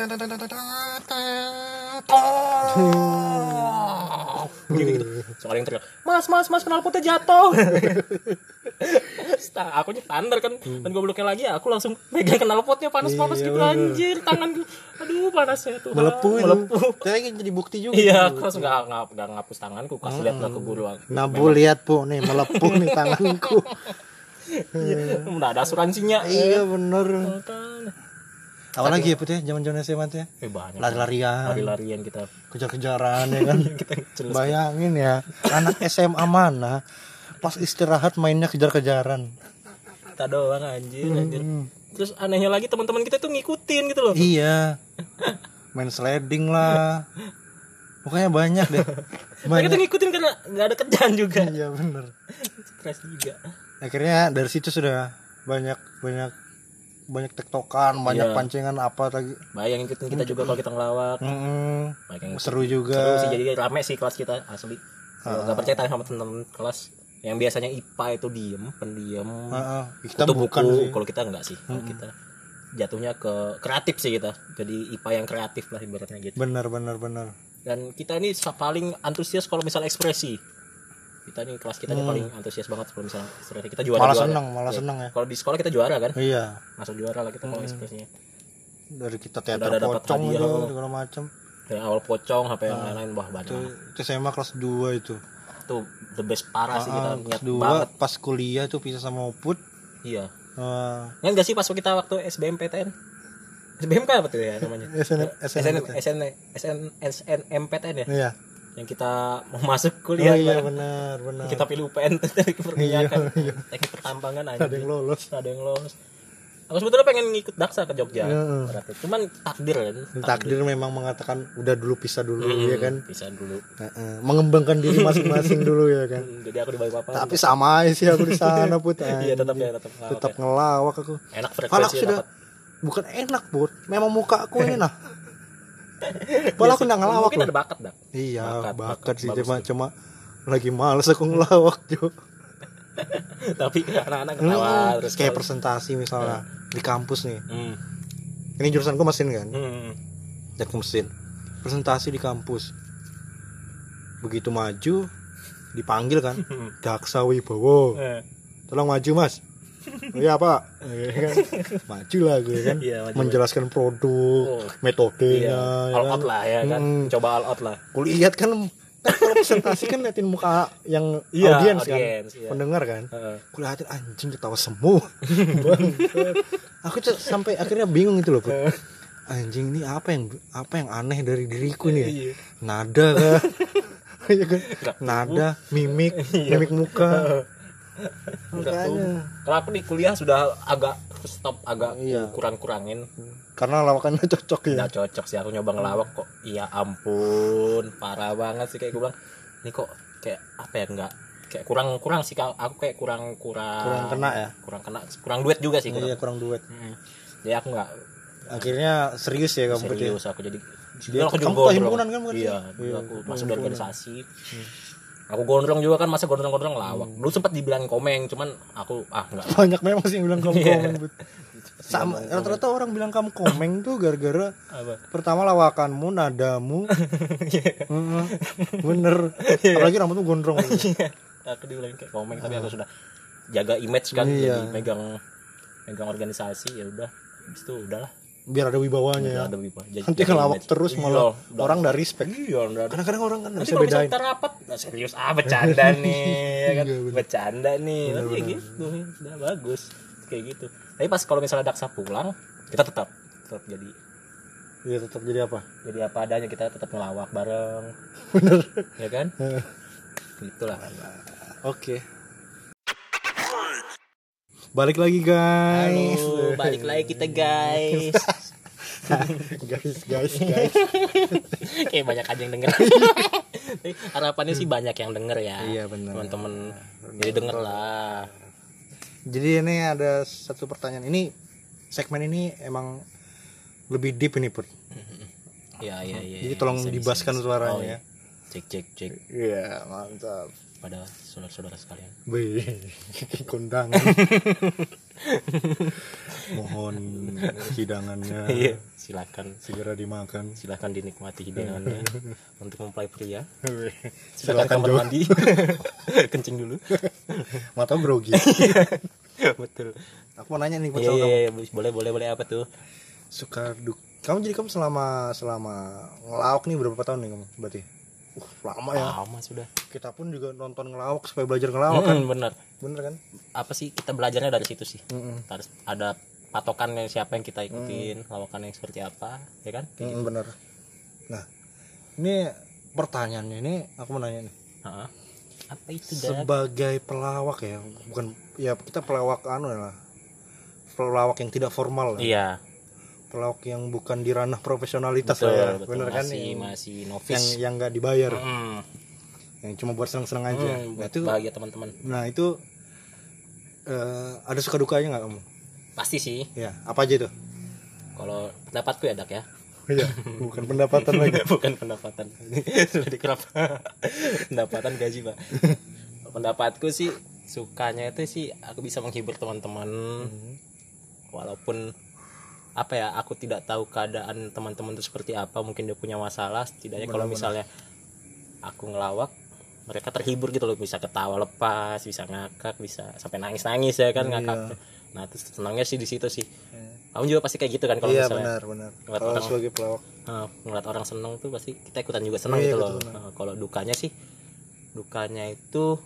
gitu gitu. Soalnya yang teriak, mas mas mas knalpotnya jatuh. Setang, aku nya standar kan, dan gobloknya lagi aku langsung megang knalpotnya panas-panas Iya, gitu bener. anjir, tanganku, aduh panasnya tuh. Melepuh itu. melepuh. Kayaknya jadi bukti juga. Iya, aku langsung gak, gak, gak ngapus tanganku, kasih lihat lah ke guru. Nah, Bu lihat Bu nih melepuh nih tanganku. Iya, udah ada asuransinya. Iya bener. Kan. Apa lagi ya Put ya zaman-zaman S M A tuh ya? Eh banyak. Lari-larian, Lari-larian kita. kejar-kejaran ya kan. Kita jelas. Bayangin ya, anak S M A mana pas istirahat mainnya kejar-kejaran. Kita doang anjir, anjir. Terus anehnya lagi teman-teman kita tuh ngikutin gitu loh. Iya. Main sliding lah. Pokoknya banyak deh. Mereka tuh Banyak. ngikutin karena nggak ada kerjaan juga. Iya bener. Stres juga. Akhirnya dari situ sudah banyak banyak banyak tektokan, banyak Iya. pancingan apa lagi. Bayangin ngikutin kita juga kalau kita ngelawak. Mm-mm. Banyak yang ngikutin. Seru juga. Seru sih, jadi rame sih kelas kita asli. Kalau nggak percaya tanya sama teman-teman kelas yang biasanya I P A itu diem, pendiam. Heeh. Kita Itu bukan buku. sih. Kalau kita enggak sih. Kalau kita jatuhnya ke kreatif sih kita. Jadi I P A yang kreatif lah ibaratnya gitu. Benar benar benar. Dan kita ini paling antusias kalau misalnya ekspresi. Kita nih kelas kita hmm. paling antusias banget kalau misalnya ekspresi. Kita juara malah juara. seneng malah ya. seneng ya. Kalau di sekolah kita juara kan? Iya. Masuk juara lah kita hmm. kalau ekspresinya. Dari kita teater pocong itu segala macam. Dari awal pocong sampai yang lain-lain wah banyak. Itu S M A kelas dua itu. Tuh the best parah sih kita niat dua, banget. Pas kuliah tuh pisah sama Oput. Iya. Uh, Nggak enggak sih pas kita waktu S B M P T N? S B M K apa tuh ya namanya? S N S N M P T N ya? Iya. Yang kita mau masuk kuliah. Oh iya benar, benar. Kita pilih U P N teknik perminyakan. Iya, iya. Teknik pertambangan aja. Ada yang lolos. Ada yang lolos. Aku sebetulnya pengen ngikut Daksa ke Jogja. Ya. Cuman takdir kan. Takdir. takdir memang mengatakan udah dulu pisah dulu hmm, ya kan. Pisah dulu. Uh-uh. Mengembangkan diri masing-masing dulu ya kan. Jadi aku di Balikpapan. Tapi sama aja sih aku di sana Put. Iya tetap ya tetap. Tetap ya. Ngelawak aku. Enak frekuensi sudah bukan enak Put. Memang muka aku ini nah. Padahal aku enggak ngelawak. Mungkin ada bakat dak. Iya, bakat, bakat, bakat sih cuma cuma lagi males aku ngelawak Jo. Tapi anak-anak ketawa hmm, terus kayak presentasi misalnya hmm. di kampus nih. Hmm. Ini jurusanku mesin kan. Hmm. Teknik mesin. Presentasi di kampus. Begitu maju dipanggil kan. Daksa Wibowo. Hmm. Tolong maju Mas. Oh iya Pak. Maju lah gue kan. Ya, maju, menjelaskan maju. Produk, oh. metodenya. Iya. All out lah ya kan. Hmm. Coba all out lah. Kulihat kan kan kalau presentasi kan liatin muka yang iya, audiens kan, iya. pendengar kan. Uh. Aku liatin anjing ketawa semua. Aku tuh sampai akhirnya bingung itu loh. Uh. Anjing ini apa yang apa yang aneh dari diriku nih? Ya? Nada kah? Nada, mimik, mimik muka. Makanya. Kalau aku di kuliah sudah agak stop agak iya. kurang-kurangin. Karena lawakannya cocok ya. Nggak cocok sih aku nyoba ngelawak kok. Iya ampun, parah banget sih kayak gue bilang. Ini kok kayak apa ya enggak kayak kurang-kurang sih aku kayak kurang-kurang kurang kena ya. Kurang kena, kurang duet juga sih kurang. Iya, kurang duet. Hmm. Jadi aku enggak akhirnya serius ya kamu serius aku jadi dia aku juga himpunan kan bukan? Iya, iya aku masuk di organisasi. Hmm. Aku gondrong juga kan masa gondrong-gondrong lawak. Dulu sempat dibilang komeng, cuman aku ah enggak. Banyak memang sih yang bilang kamu komeng. Sama rata-rata orang bilang kamu komeng tuh gara-gara apa? Pertama lawakanmu, nadamu. uh, bener. Apalagi rambutmu gondrong. Aku dibilang kayak komeng tapi aku sudah jaga image kan iya. Jadi megang megang organisasi ya udah. Habis itu udahlah. Biar ada wibawanya ya. Ada wibawa. Nanti ngelawak terus malah iya, orang udah respect. Iya, kadang-kadang orang kan bisa bedain. Nanti kalau rapat, nah, serius ah bercanda nih, ya kan? Bercanda nih. Bener, kayak gitu, udah bagus. Kayak gitu. Tapi pas kalau misalnya Daksa pulang, kita tetap tetap jadi iya tetap jadi apa? Jadi apa adanya, kita tetap ngelawak bareng. Bener. Ya kan? Gitulah. Oke. Balik lagi guys. Halo, balik lagi kita guys. guys, guys, guys. Kayak banyak aja yang denger. Harapannya sih banyak yang denger ya. Iya benar. Teman-teman jadi denger lah. Jadi ini ada satu pertanyaan. Ini segmen ini emang lebih deep ini Pur. Iya iya iya. Jadi tolong bisa, dibaskan bisa, suaranya. Oh, iya. Cek cek cek. Iya mantap. Pada saudara-saudara sekalian. Wih, kondangan. Mohon hidangannya. Iya, silakan segera dimakan. Silakan dinikmati hidangannya untuk mempelai pria. Silakan, silakan kamar mandi. Kencing dulu. Mata grogi. Betul. Aku mau nanya nih buat kamu. Iya, boleh boleh boleh apa tuh? Suka duk. Kamu jadi kamu selama selama ngelawak nih berapa tahun nih kamu berarti? Uh, lama ya. Lama sudah. Kita pun juga nonton ngelawak supaya belajar ngelawak kan. Mm, bener. Bener kan? Apa sih kita belajarnya dari situ sih? Mm-mm. Harus ada patokannya siapa yang kita ikutin, mm. lawakan yang seperti apa, ya kan? Mm, gitu. Bener. Nah, ini pertanyaannya ini aku mau nanya nih. Ha-ha. Apa itu Dad? Sebagai pelawak ya, bukan ya kita pelawak anu lah. Pelawak yang tidak formal lah. Iya. Pelawak yang bukan di ranah profesionalitas betul, lah ya. Betul, bener kan? Masih yang, masih novice. Yang yang enggak dibayar. Mm. Yang cuma buat seneng-seneng aja. Mm, nah, itu bahagia teman-teman. Nah, itu uh, ada suka dukanya enggak kamu? Pasti sih. Ya, apa aja itu? Kalau pendapatku ya, Dak ya. Iya, bukan pendapatan lagi. Bukan pendapatan. Sudah dikerap. Pendapatan gaji, Pak. Pendapatku sih sukanya itu sih aku bisa menghibur teman-teman. Hmm. Walaupun apa ya, aku tidak tahu keadaan teman-teman itu seperti apa, mungkin dia punya masalah. Setidaknya kalau misalnya aku ngelawak, mereka terhibur gitu loh, bisa ketawa lepas, bisa ngakak, bisa sampai nangis-nangis ya kan, ngakak. Nah terus senangnya sih di situ sih. Kamu juga pasti kayak gitu kan kalau Iya misalnya benar benar. ngeliat Kalau orang, sebagai pelawak, uh, ngeliat orang seneng tuh pasti kita ikutan juga seneng Iya, gitu loh. betul, Uh, kalau dukanya sih, dukanya itu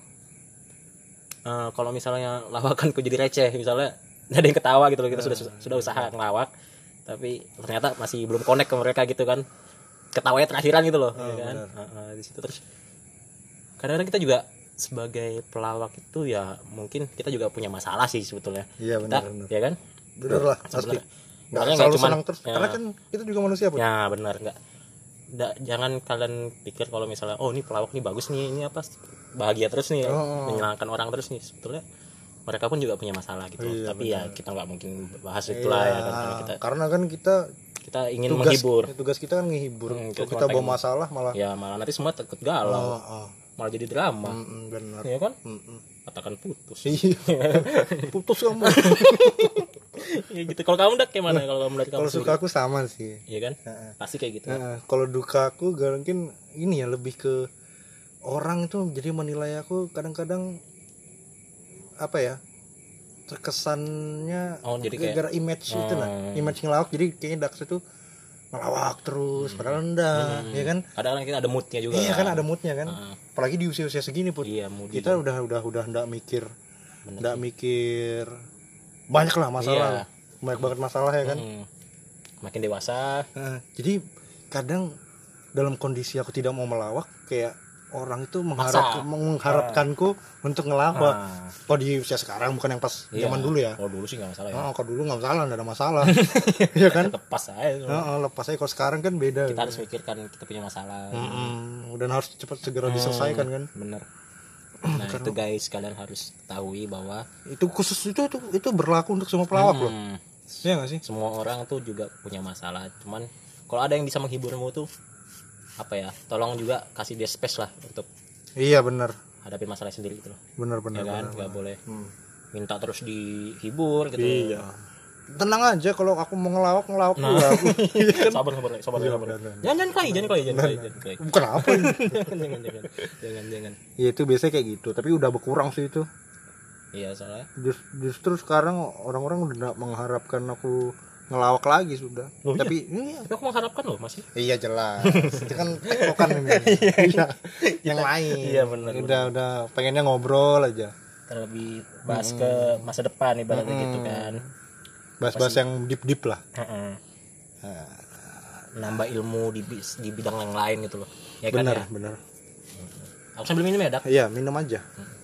uh, kalau misalnya lawakanku jadi receh, misalnya ada yang ketawa gitu loh, kita sudah sudah usaha ngelawak tapi ternyata masih belum connect ke mereka gitu kan, ketawanya terakhiran gitu loh. Oh, ya kan benar. uh, uh, di situ. Terus kadang-kadang kita juga sebagai pelawak itu ya mungkin kita juga punya masalah sih sebetulnya. Iya Kita, benar benar. ya kan Benar lah pasti. Sebenarnya- Nggak sebenarnya selalu nggak cuman- senang terus. ya. Karena kan kita juga manusia pun. Ya benar, nggak nggak jangan kalian pikir kalau misalnya oh ini pelawak nih bagus nih, ini apa bahagia terus nih, Oh. menyenangkan orang terus nih, sebetulnya mereka pun juga punya masalah gitu. Iya, Tapi ya kita nggak mungkin bahas itulah Iya, ya kan, karena kita karena kan kita kita ingin tugas, menghibur. tugas kita kan menghibur. Hmm, Kalau kita kita cuma bawa pengen- masalah malah Ya malah nanti semua takut galau, oh, oh. malah jadi drama, Mm-mm, benar. ya kan? Mm-mm. Katakan putus. Iya. Putus kamu. Ya gitu. Kalau kamu dak gimana? Kalau kamu dari kamu Kalau suka aku sama sih. iya kan? Heeh. Pasti kayak gitu. Nah, kalau duka aku gak mungkin ini ya, lebih ke orang itu jadi menilai aku kadang-kadang apa ya, terkesannya Oh, jadi kayak- gara-gara image itu lah, Hmm. image ngelawak, jadi kayaknya Dax itu ngelawak terus padahal enggak, ya kan? Kadang-kadang kita ada moodnya juga. Iya kan ada moodnya kan, Heeh. apalagi di usia-usia segini pun Iya, mood kita juga. udah udah udah nggak mikir, Bener nggak mikir banyak lah masalah, Iya. banyak banget masalah ya kan. Hmm. Makin dewasa. Nah, jadi kadang dalam kondisi aku tidak mau melawak, kayak orang itu mengharap Maksa. mengharapkanku untuk ngelawak. Ah. Oh di usia sekarang, bukan yang pas Iya. zaman dulu ya. Oh dulu sih nggak masalah ya. Oh, kalau dulu nggak masalah, nggak ada masalah. Iya kan? Lepas aja. Heeh, lepas aja. Kalau sekarang kan beda. Kita harus mikirkan kita punya masalah. Mm-mm. Dan harus cepat segera diselesaikan kan. Bener. Nah itu guys, kalian harus ketahui bahwa Itu khusus itu itu, itu berlaku untuk semua pelawak loh. hmm, Iya nggak sih? semua orang tuh juga punya masalah. Cuman kalau ada yang bisa menghiburmu tuh apa ya? Tolong juga kasih dia space lah untuk Iya benar, hadapin masalah sendiri gitu loh. benar benar. Ya kan, benar. nggak boleh Hmm. minta terus dihibur gitu. Iya. Tenang aja, kalau aku mau ngelawak ngelawak Nah. dulu aku. sabar sabar sabar Iya, sabar. benar, benar. Jangan jangan kali, jangan kali, jangan kali, jangan kali. Bukan apa ini. Jangan jangan jangan jangan jangan. Ya itu biasanya kayak gitu, tapi udah berkurang sih itu. Iya soalnya. Just, justru sekarang orang-orang udah nggak mengharapkan aku ngelawak lagi sudah. Oh, iya? Tapi iya. Tapi aku mengharapkan loh masih. Iya jelas. Itu kan tektokan ini. Iya. Yang lain. Iya, benar, Udah udah pengennya ngobrol aja. Terlebih bahas ke masa depan ibaratnya gitu kan. Bahas-bahas yang deep-deep lah. Heeh. Nambah ilmu di bis- di bidang yang lain gitu loh. Ya kan Benar, ya. benar. Aku sambil minum ya, Dak. Iya, minum aja.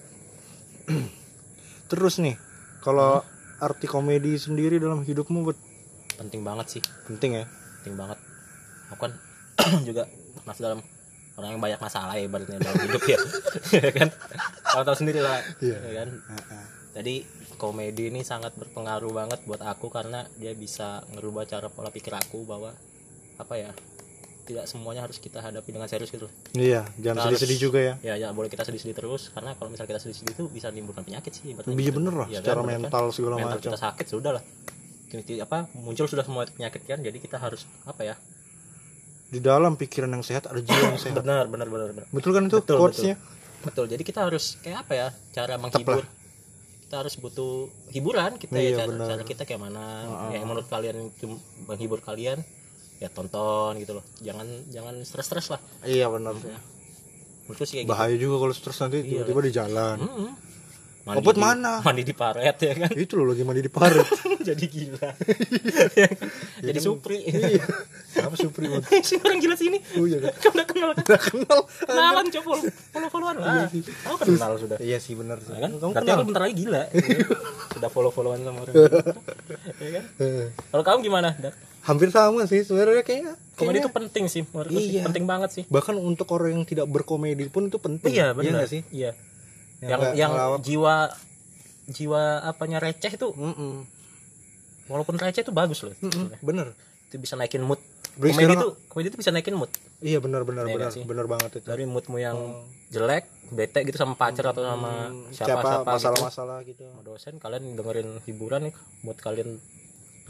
Terus nih, kalau arti komedi sendiri dalam hidupmu Bet, Penting banget sih, penting ya? penting banget. Aku kan juga masih dalam orang yang banyak masalah ya ibaratnya dalam hidup ya. Ya kan? Kamu tahu sendiri lah. Iya. Ya kan? Jadi komedi ini sangat berpengaruh banget buat aku karena dia bisa ngerubah cara pola pikir aku bahwa apa ya, tidak semuanya harus kita hadapi dengan serius gitu. Iya, jangan Harus- sedih-sedih juga ya. Ya, ya boleh kita sedih-sedih terus karena kalau misalnya kita sedih-sedih itu bisa menimbulkan penyakit sih. ibaratnya Iya gitu. bener lah, Iya secara bener mental segala Mental macam. kita sakit sudah lah. Kini apa muncul sudah semua penyakit kan, jadi kita harus apa ya? Di dalam pikiran yang sehat ada jiwa yang sehat. Benar, benar, benar, benar. Betul kan itu Betul, quotes-nya? Betul. Jadi kita harus kayak apa ya? Cara menghibur. Kita harus butuh hiburan kita Iya, ya cara, benar. cara kita kayak mana. Ya menurut kalian itu menghibur kalian ya tonton gitu loh. Jangan jangan stres-stres lah. Iya benar. Menurutku sih kayak Bahaya juga kalau stres nanti Iya. tiba-tiba di jalan. gitu. Mm-mm. Obat di- mana? Mandi di paret ya kan. Itu loh lagi mandi di parit. Jadi gila. Jadi supri. Iya. Apa Supri? Bud? Si orang gila sini. Oh iya kan. Kamu udah kenal kan? Udah kenal. Kenalan coba follow-followan lah. Kamu kenal sudah. Iya sih benar sih. Ya kan? Kamu Berarti kenal. aku bentar lagi gila. Sudah follow-followan sama orang. Ya kan? Kalau kamu gimana, Dak? Hampir sama sih sebenarnya kayaknya. Komedi kayaknya- itu penting sih, menurutku sih. Iya. Penting banget sih. bahkan untuk orang yang tidak berkomedi pun itu penting. Iya, benar nggak sih? Iya. Yang Yang nggak yang ngelawak. jiwa jiwa apanya receh itu Mm-mm. walaupun receh itu bagus loh. Mm-mm. Bener. Itu bisa naikin mood. Beri Komedi sekarang- itu komedi itu bisa naikin mood. Iya benar benar Iya benar nggak sih? benar banget itu. Dari moodmu yang jelek, bete gitu sama pacar atau sama Hmm, siapa-siapa gitu. masalah-masalah gitu. Sama dosen, kalian dengerin hiburan nih, mood kalian naik,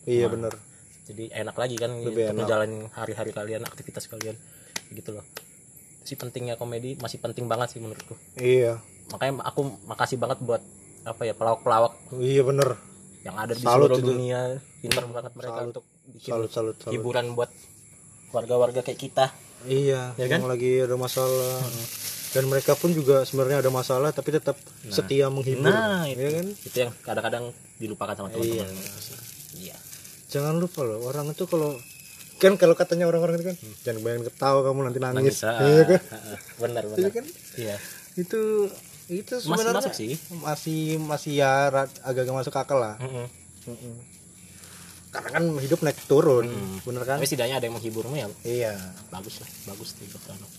Iya Nah, benar. jadi enak lagi kan Lebih untuk enak. menjalani hari-hari kalian, aktivitas kalian gitu loh. Si pentingnya komedi masih penting banget sih menurutku. Iya. Makanya aku makasih banget buat apa ya pelawak-pelawak Iya benar. yang ada di Salut seluruh itu. dunia. Pintar banget mereka Salut. untuk bikin Salut salut salut. hiburan buat warga-warga kayak kita. Iya, Ya yang kan? lagi ada masalah. Dan mereka pun juga sebenarnya ada masalah tapi tetap setia menghibur. Nah, itu, ya kan? itu yang kadang-kadang dilupakan sama teman-teman. Iya. Jangan lupa loh, orang itu kalau kan kalau katanya orang-orang itu kan jangan bayangin ketawa kamu nanti nangis. Nangis, ah, Iya kan? ah, ah. Benar benar. Iya kan? Iya. Itu itu Masih sebenarnya masuk sih. masih masih ya ra- agak-agak masuk akal lah. Mm-mm. Mm-mm. Karena kan hidup naik turun, Mm. bener kan? Tapi setidaknya ada yang menghiburmu ya Iya. bagus lah, bagus tuh buat anu.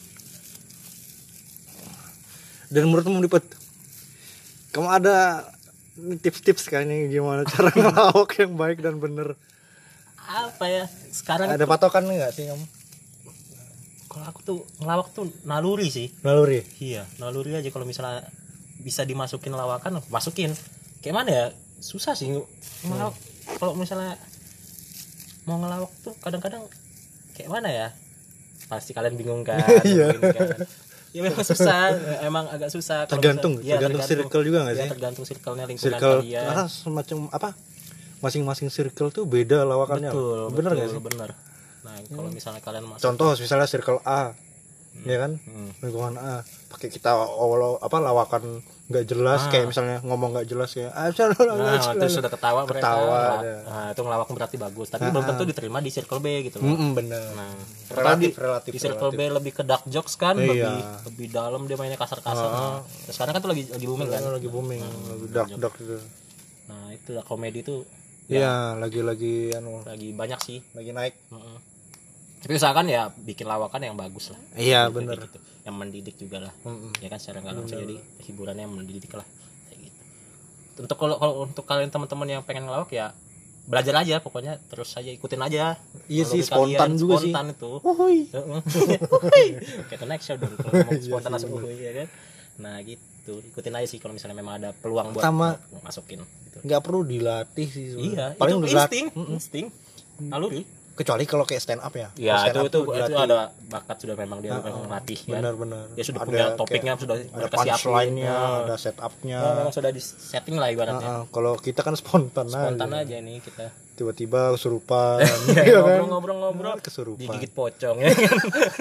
Dan menurutmu Dipet, kamu ada tips-tips kayaknya gimana cara ngelawak yang baik dan bener? Apa ya? Sekarang Ada patokan nggak sih kamu? kalau aku tuh ngelawak tuh naluri sih. Naluri. Iya, naluri aja kalau misalnya bisa dimasukin lawakan, masukin. Kayak mana ya? Susah sih ngelawak. Hmm. Kalau misalnya mau ngelawak tuh kadang-kadang kayak mana ya? Pasti kalian bingung kan? Iya. Bingung kan? Ya memang susah, emang agak susah. Kalau Tergantung, misalnya- tergantung, ya, circle juga nggak ya, sih? tergantung circle-nya, lingkungan Circle kalian. karena semacam apa? Masing-masing circle tuh beda lawakannya. Betul, Bener betul, nggak sih? Bener. Nah, kalau misalnya kalian masuk Contoh misalnya circle A, ya kan? Hmm. Lingkungan A, pakai kita awal apa lawakan nggak jelas, Ah. kayak misalnya ngomong nggak jelas kayak ah, Nah, itu sudah ketawa mereka. Ketawa, Nah, ya. nah, itu ngelawak berarti bagus, tapi belum tentu diterima di circle B gitu loh. Mm-mm, bener. Nah, Relatif, di, relatif, di circle relatif. B lebih ke dark jokes kan, Iya. lebih lebih dalam dia mainnya kasar-kasar. Nah, sekarang kan tuh lagi lagi booming kan. lagi booming, lagi dark dark gitu. Nah, itu lah komedi tuh Iya, lagi-lagi anu, lagi banyak sih. lagi naik. Heeh. Tapi usahakan ya bikin lawakan yang bagus lah. Iya, Gitu, bener. gitu. Yang mendidik juga lah. Mm-mm. Ya kan secara nggak langsung jadi hiburannya yang mendidik lah. Kayak gitu. Untuk kalau kalau untuk kalian teman-teman yang pengen ngelawak ya belajar aja pokoknya terus aja ikutin aja. Iya Kalau sih, di spontan kalian, juga sih. Spontan itu. Woi. Heeh. Uhuy. Kayak The Next Show dong kalau ngomong spontan langsung Iya. uhuy, ya kan. Nah, gitu. Ikutin aja sih kalau misalnya memang ada peluang buat Sama- masukin gitu. Nggak perlu dilatih sih sebenarnya. Iya, paling itu udah lat- insting, insting. Naluri. kecuali kalau kayak stand up ya. Ya, Kalau stand itu up itu, tuh itu dilatih. ada bakat sudah memang dia memang latih kan. Benar-benar. Dia sudah Ada punya topiknya, kayak- sudah ada mereka siapin. punchline-nya, Nah, ada setupnya. nah, memang sudah di setting lah ibaratnya. Heeh, kalau kita kan spontan, Spontan aja. aja nih kita. Tiba-tiba kesurupan. Ya, Iya kan? ngobrol-ngobrol-ngobrol, Kesurupan. digigit pocong ya kan.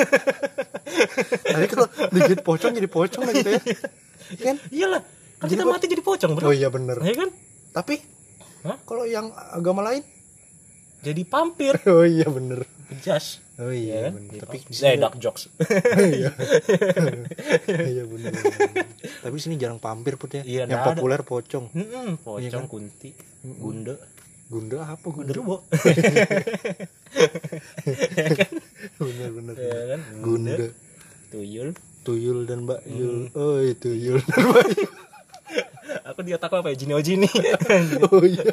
Jadi kalau digigit pocong jadi pocong lah gitu ya. Kan? Iyalah, kan Jadi kita po- mati jadi pocong, Bro. Oh iya bener. Ya kan? Tapi Hah? kalau yang agama lain? Jadi vampir. Oh iya bener. Jas. Oh Ya iya kan? bener. Gitu. Tapi di Eh, sini dark jokes. iya. Iya bener, bener. Tapi di sini jarang vampir Put ya. Iya, yang nggak ada. populer pocong. Heeh, pocong, Iya kan? kunti, gunda. Gunda apa gunda? Genderuwo. Bener bener. Ya kan? Gunda. Tuyul. Tuyul dan Mbak Hmm. Yul. Oh iya tuyul dan Mbak Yul. Aku di otakku apa ya? Jini Ojini. Oh iya.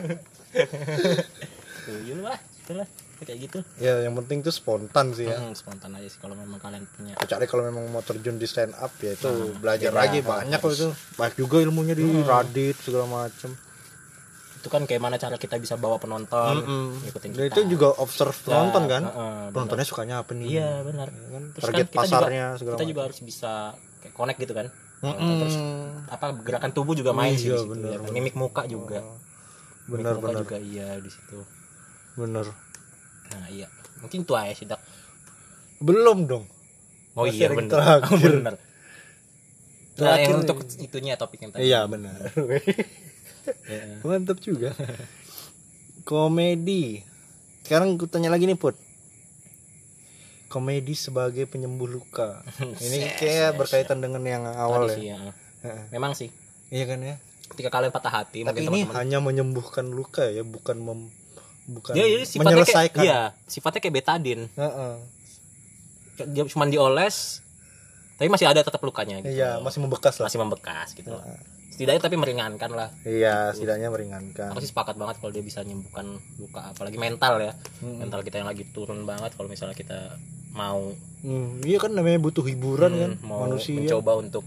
Tuyul lah, itulah kayak gitu. Ya yang penting tuh spontan sih ya. Hmm, spontan aja sih kalau memang kalian punya. Kecuali kalau memang mau terjun di stand up ya itu Nah, belajar beda. lagi banyak loh itu. Banyak juga ilmunya di Reddit segala macam. Itu kan kayak mana cara kita bisa bawa penonton ngikutin Dan kita. itu juga observe penonton kan. heeh, benar. Penontonnya sukanya apa nih? Iya benar. kan? Terus Target kan kita pasarnya juga, segala kita macam. juga harus bisa kayak connect gitu kan. Mm-mm. Terus apa gerakan tubuh juga main sih Iya, di situ. benar, Ya kan? benar. Mimik muka juga. Benar Mimik muka benar. juga iya di situ. Benar. Nah, iya. Mungkin itu aja sih, Dak. Belum dong. Oh Masih iya yang benar. terakhir. Oh, benar. Nah, Terakhir yang nih. untuk itunya topik yang tadi. Iya benar. Ya. Mantap juga. Komedi. Sekarang gue tanya lagi nih Put. Komedi sebagai penyembuh luka. Ini kayak berkaitan dengan yang awal Tadi ya. sih, ya. Heeh. Memang sih. Iya kan ya. Ketika kalian patah hati, Tapi mungkin ini teman-teman. hanya menyembuhkan luka ya, bukan mem, bukan Dia jadi sifatnya menyelesaikan. kayak iya, sifatnya kayak betadin. Heeh. Dia cuma dioles tapi masih ada tetap lukanya gitu. Iya, masih membekas lah. Masih membekas gitu loh. Setidaknya tapi meringankan lah. Iya, setidaknya meringankan. Aku sih sepakat banget kalau dia bisa menyembuhkan luka, apalagi mental ya. Mental kita yang lagi turun banget kalau misalnya kita mau Hmm, iya kan namanya butuh hiburan kan hmm, mau manusia. mencoba untuk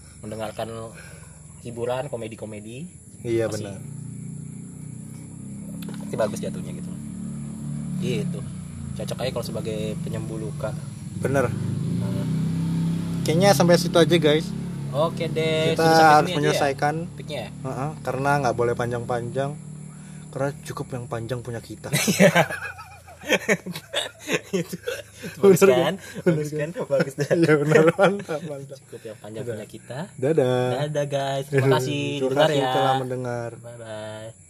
mendengarkan hiburan komedi-komedi. Iya masih- benar. pasti bagus jatuhnya gitu gitu cocok aja kalau sebagai penyembuh luka. Bener. Nah, Kayaknya sampai situ aja guys. oke deh, Kita sudah sampai harus sini aja menyelesaikan. ya, topiknya ya? Uh-uh, karena nggak boleh panjang-panjang. Karena cukup yang panjang punya kita. Itu bagus kan? Bagus kan? Bagus dah. Ya benar, mantap, mantap. Cukup yang panjang punya kita. Dadah. Dadah guys, terima kasih Terima dengar kasih ya. telah mendengar. Bye bye.